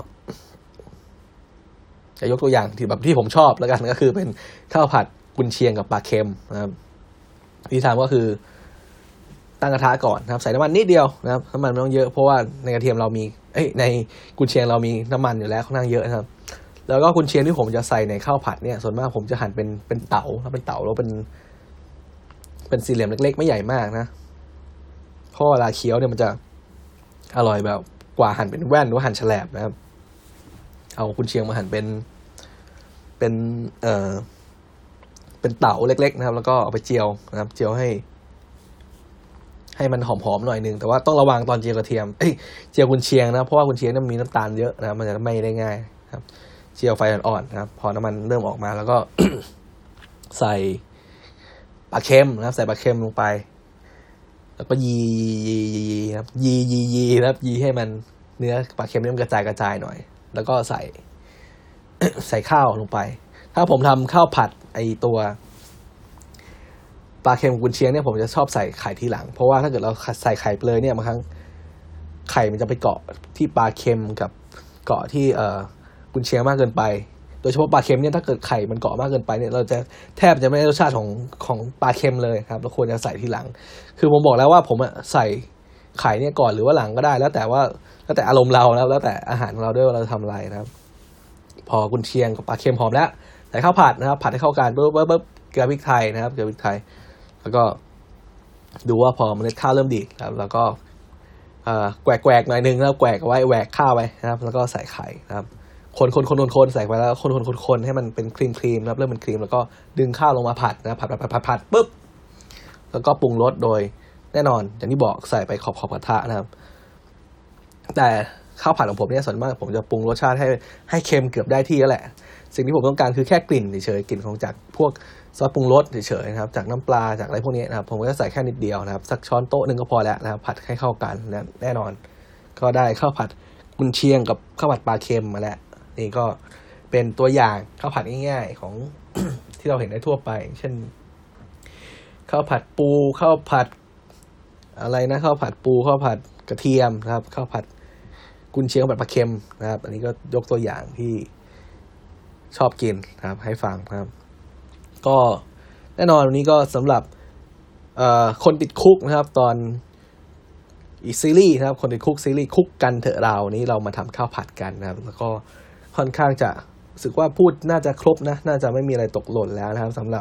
จะยกตัวอย่างที่แบบที่ผมชอบแล้วกันก็คือเป็นข้าวผัดกุนเชียงกับปลาเค็มนะครับวิธีทำก็คือตั้งกระทะก่อนนะครับใส่น้ำมันนิดเดียวนะครับน้ำมันไม่ต้องเยอะเพราะว่าในกระเทียมเรามีเอ้ยในกุนเชียงเรามีน้ำมันอยู่แล้วค่อนข้างเยอะนะครับแล้วก็กุนเชียงที่ผมจะใส่ในข้าวผัดเนี่ยส่วนมากผมจะหั่นเป็นเป็นเต๋าถ้าเป็นเต๋าแล้วเป็นเป็นสี่เหลี่ยมเล็กๆไม่ใหญ่มากนะเพราะเวลาเคี้ยวเนี่ยมันจะอร่อยแบบกว่าหั่นเป็นแว่นหรือว่าหั่นแฉลบนะครับเอากุนเชียงมาหั่นเป็นเป็นเอ่อเป็นเต๋าเล็กๆนะครับแล้วก็เอาไปเจียวนะครับเจียวให้ให้มันหอมๆหน่อยนึงแต่ว่าต้องระวังตอนเจียวกระเทียมเอ้ยเจียวกุนเชียงนะเพราะว่ากุนเชียงมันมีน้ำตาลเยอะนะมันจะไม่ได้ง่ายครับเจียวไฟอ่อนๆนะครับพอน้ำมันเริ่มออกมาแล้วก็ ใส่ปลาเค็มนะครับใส่ปลาเค็มลงไปแล้วก็ยียียีครับยียียีครับยีให้มันเนื้อปลาเค็มนี่มันกระจายกระจายหน่อยแล้วก็ใส่ ใส่ข้าวลงไปถ้าผมทำข้าวผัดไอตัวปลาเค็มกุนเชียงเนี่ยผมจะชอบใส่ไข่ทีหลังเพราะว่าถ้าเกิดเราใส่ไข่ไปเลยเนี่ยบางครั้งไข่มันจะไปเกาะที่ปลาเค็มกับเกาะที่เอ่อกุนเชียงมากเกินไปโดยเฉพาะปลาเค็มเนี่ยถ้าเกิดไข่มันเกาะมากเกินไปเนี่ยเราจะแทบจะไม่ได้รสชาติของของปลาเค็มเลยครับเราควรจะใส่ทีหลังคือผมบอกแล้วว่าผมอะใส่ไข่เนี่ยก่อนหรือว่าหลังก็ได้แล้วแต่ว่าแล้วแต่อารมณ์เราแล้วแล้วแต่อาหารของเราด้วยว่าเราจะทำอะไรนะครับพอกุนเชียงกับปลาเค็มหอมแล้วใส่ข้าวผัดนะครับผัดให้เข้ากันปุ๊บปุ๊บปุ๊บเกลือพริกไทยนะครับเกลือพริกไทยแล้วก็ดูว่าพอเมล็ดข้าวเริ่มดีครับแล้วก็แกวกแกวกหน่อยนึงแล้วแกวกเอาไว้แหวกข้าวไว้นะครับแล้วก็ใส่ไข่นะครับคนคนคนคนคนใส่ไปแล้วคนคนคนคนให้มันเป็นครีมครีมนะครับเริ่มเป็นครีมแล้วก็ดึงข้าวลงมาผัดนะผัดผัดผัดผัดผัดปุ๊บแล้วก็ปรุงรสโดยแน่นอนอย่างที่บอกใส่ไปขอบขอบกระทะนะครับแต่ข้าวผัดของผมเนี่ยส่วนมากผมจะปรุงรสชาติให้ให้เค็มเกือบได้ที่แล้วแหละสิ่งที่ผมต้องการคือแค่กลิ่นเฉยๆกลิ่นของจากพวกซอสปรุงรสเฉยๆนะครับจากน้ำปลาจากอะไรพวกนี้นะครับผมก็จะใส่แค่นิดเดียวนะครับสักช้อนโต๊ะนึงก็พอแล้วนะครับผัดให้เข้ากันนะแน่นอนก็ได้ข้าวผัดกุนเชียงกับข้าวผัดปลาเค็มมาแล้วนี่ก็เป็นตัวอย่างข้าวผัดง่ายๆของ ที่เราเห็นได้ทั่วไปเช่นข้าวผัดปูข้าวผัดอะไรนะข้าวผัดปูข้าวผัดกระเทียมนะครับข้าวผัดกุนเชียงแบบปลาเค็มนะครับอันนี้ก็ยกตัวอย่างที่ชอบกินนะครับให้ฟังนะครับก็แน่นอนวันนี้ก็สำหรับคนติดคุกนะครับตอนอีซีรีส์นะครับคนติดคุกซีรีส์คุกกันเถอะเรานี้เรามาทำข้าวผัดกันนะครับแล้วก็ค่อนข้างจะรู้สึกว่าพูดน่าจะครบนะน่าจะไม่มีอะไรตกหล่นแล้วนะครับสำหรับ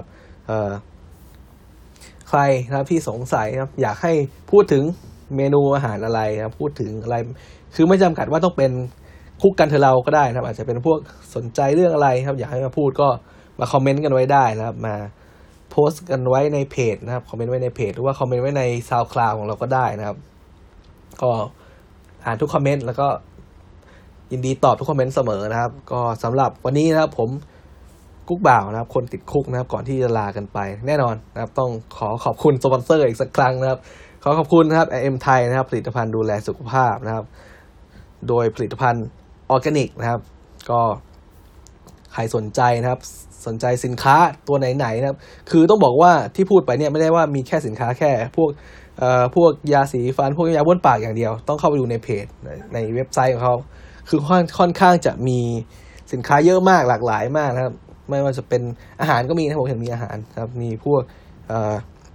ใครนะครับที่สงสัยนะครับอยากให้พูดถึงเมนูอาหารอะไรนะครับพูดถึงอะไรคือไม่จำกัดว่าต้องเป็นคุกกันเถอะเราก็ได้นะครับอาจจะเป็นพวกสนใจเรื่องอะไรครับอยากให้มาพูดก็มาคอมเมนต์กันไว้ได้นะครับมาโพสต์กันไว้ในเพจนะครับคอมเมนต์ไว้ในเพจหรือว่าคอมเมนต์ไว้ใน SoundCloud ของเราก็ได้นะครับก็อ่านทุกคอมเมนต์แล้วก็ยินดีตอบทุกคอมเมนต์เสมอนะครับก็สำหรับวันนี้นะครับผมกุ๊กบ่าวนะครับคนติดคุกนะครับก่อนที่จะลากันไปแน่นอนนะครับต้องขอขอบคุณสปอนเซอร์อีกสักครั้งนะครับขอขอบคุณนะครับ เอ็ม ไทยนะครับผลิตภัณฑ์ดูแลสุขภาพนะครับโดยผลิตภัณฑ์ออร์แกนิกนะครับก็ใครสนใจนะครับสนใจสินค้าตัวไหนๆนะครับคือต้องบอกว่าที่พูดไปเนี่ยไม่ได้ว่ามีแค่สินค้าแค่พวกเอ่อพวกยาสีฟันพวกยาบ้วนปากอย่างเดียวต้องเข้าไปดูในเพจในเว็บไซต์ของเขาคือค่อนค่อนข้างจะมีสินค้าเยอะมากหลากหลายมากนะครับไม่ว่าจะเป็นอาหารก็มีนะผมเห็นมีอาหารครับมีพวกเอ่อ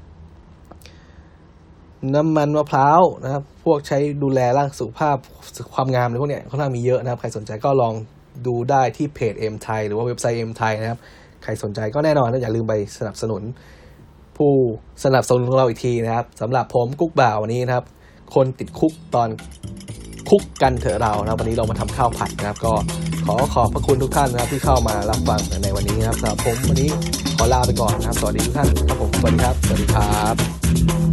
น้ำมันมะพร้าวนะครับพวกใช้ดูแลร่างสุขภาพความงามอะไรพวกเนี้ยค่อนข้างมีเยอะนะครับใครสนใจก็ลองดูได้ที่เพจ M Thai หรือว่าเว็บไซต์ M Thai นะครับใครสนใจก็แน่นอนนะอย่าลืมไปสนับสนุนผู้สนับสนุนของเราอีกทีนะครับสำหรับผมกุ๊กบ่าววันนี้นะครับคนติดคุกตอนคุกกันเถอะเรานะวันนี้เรามาทำข้าวผัดนะครับก็ขอขอบพระคุณทุกท่านนะครับที่เข้ามารับฟังในวันนี้นะครับสำหรับผมวันนี้ขอลาไปก่อนนะครับสวัสดีทุกท่านครับผมสวัสดีครับสวัสดีครับ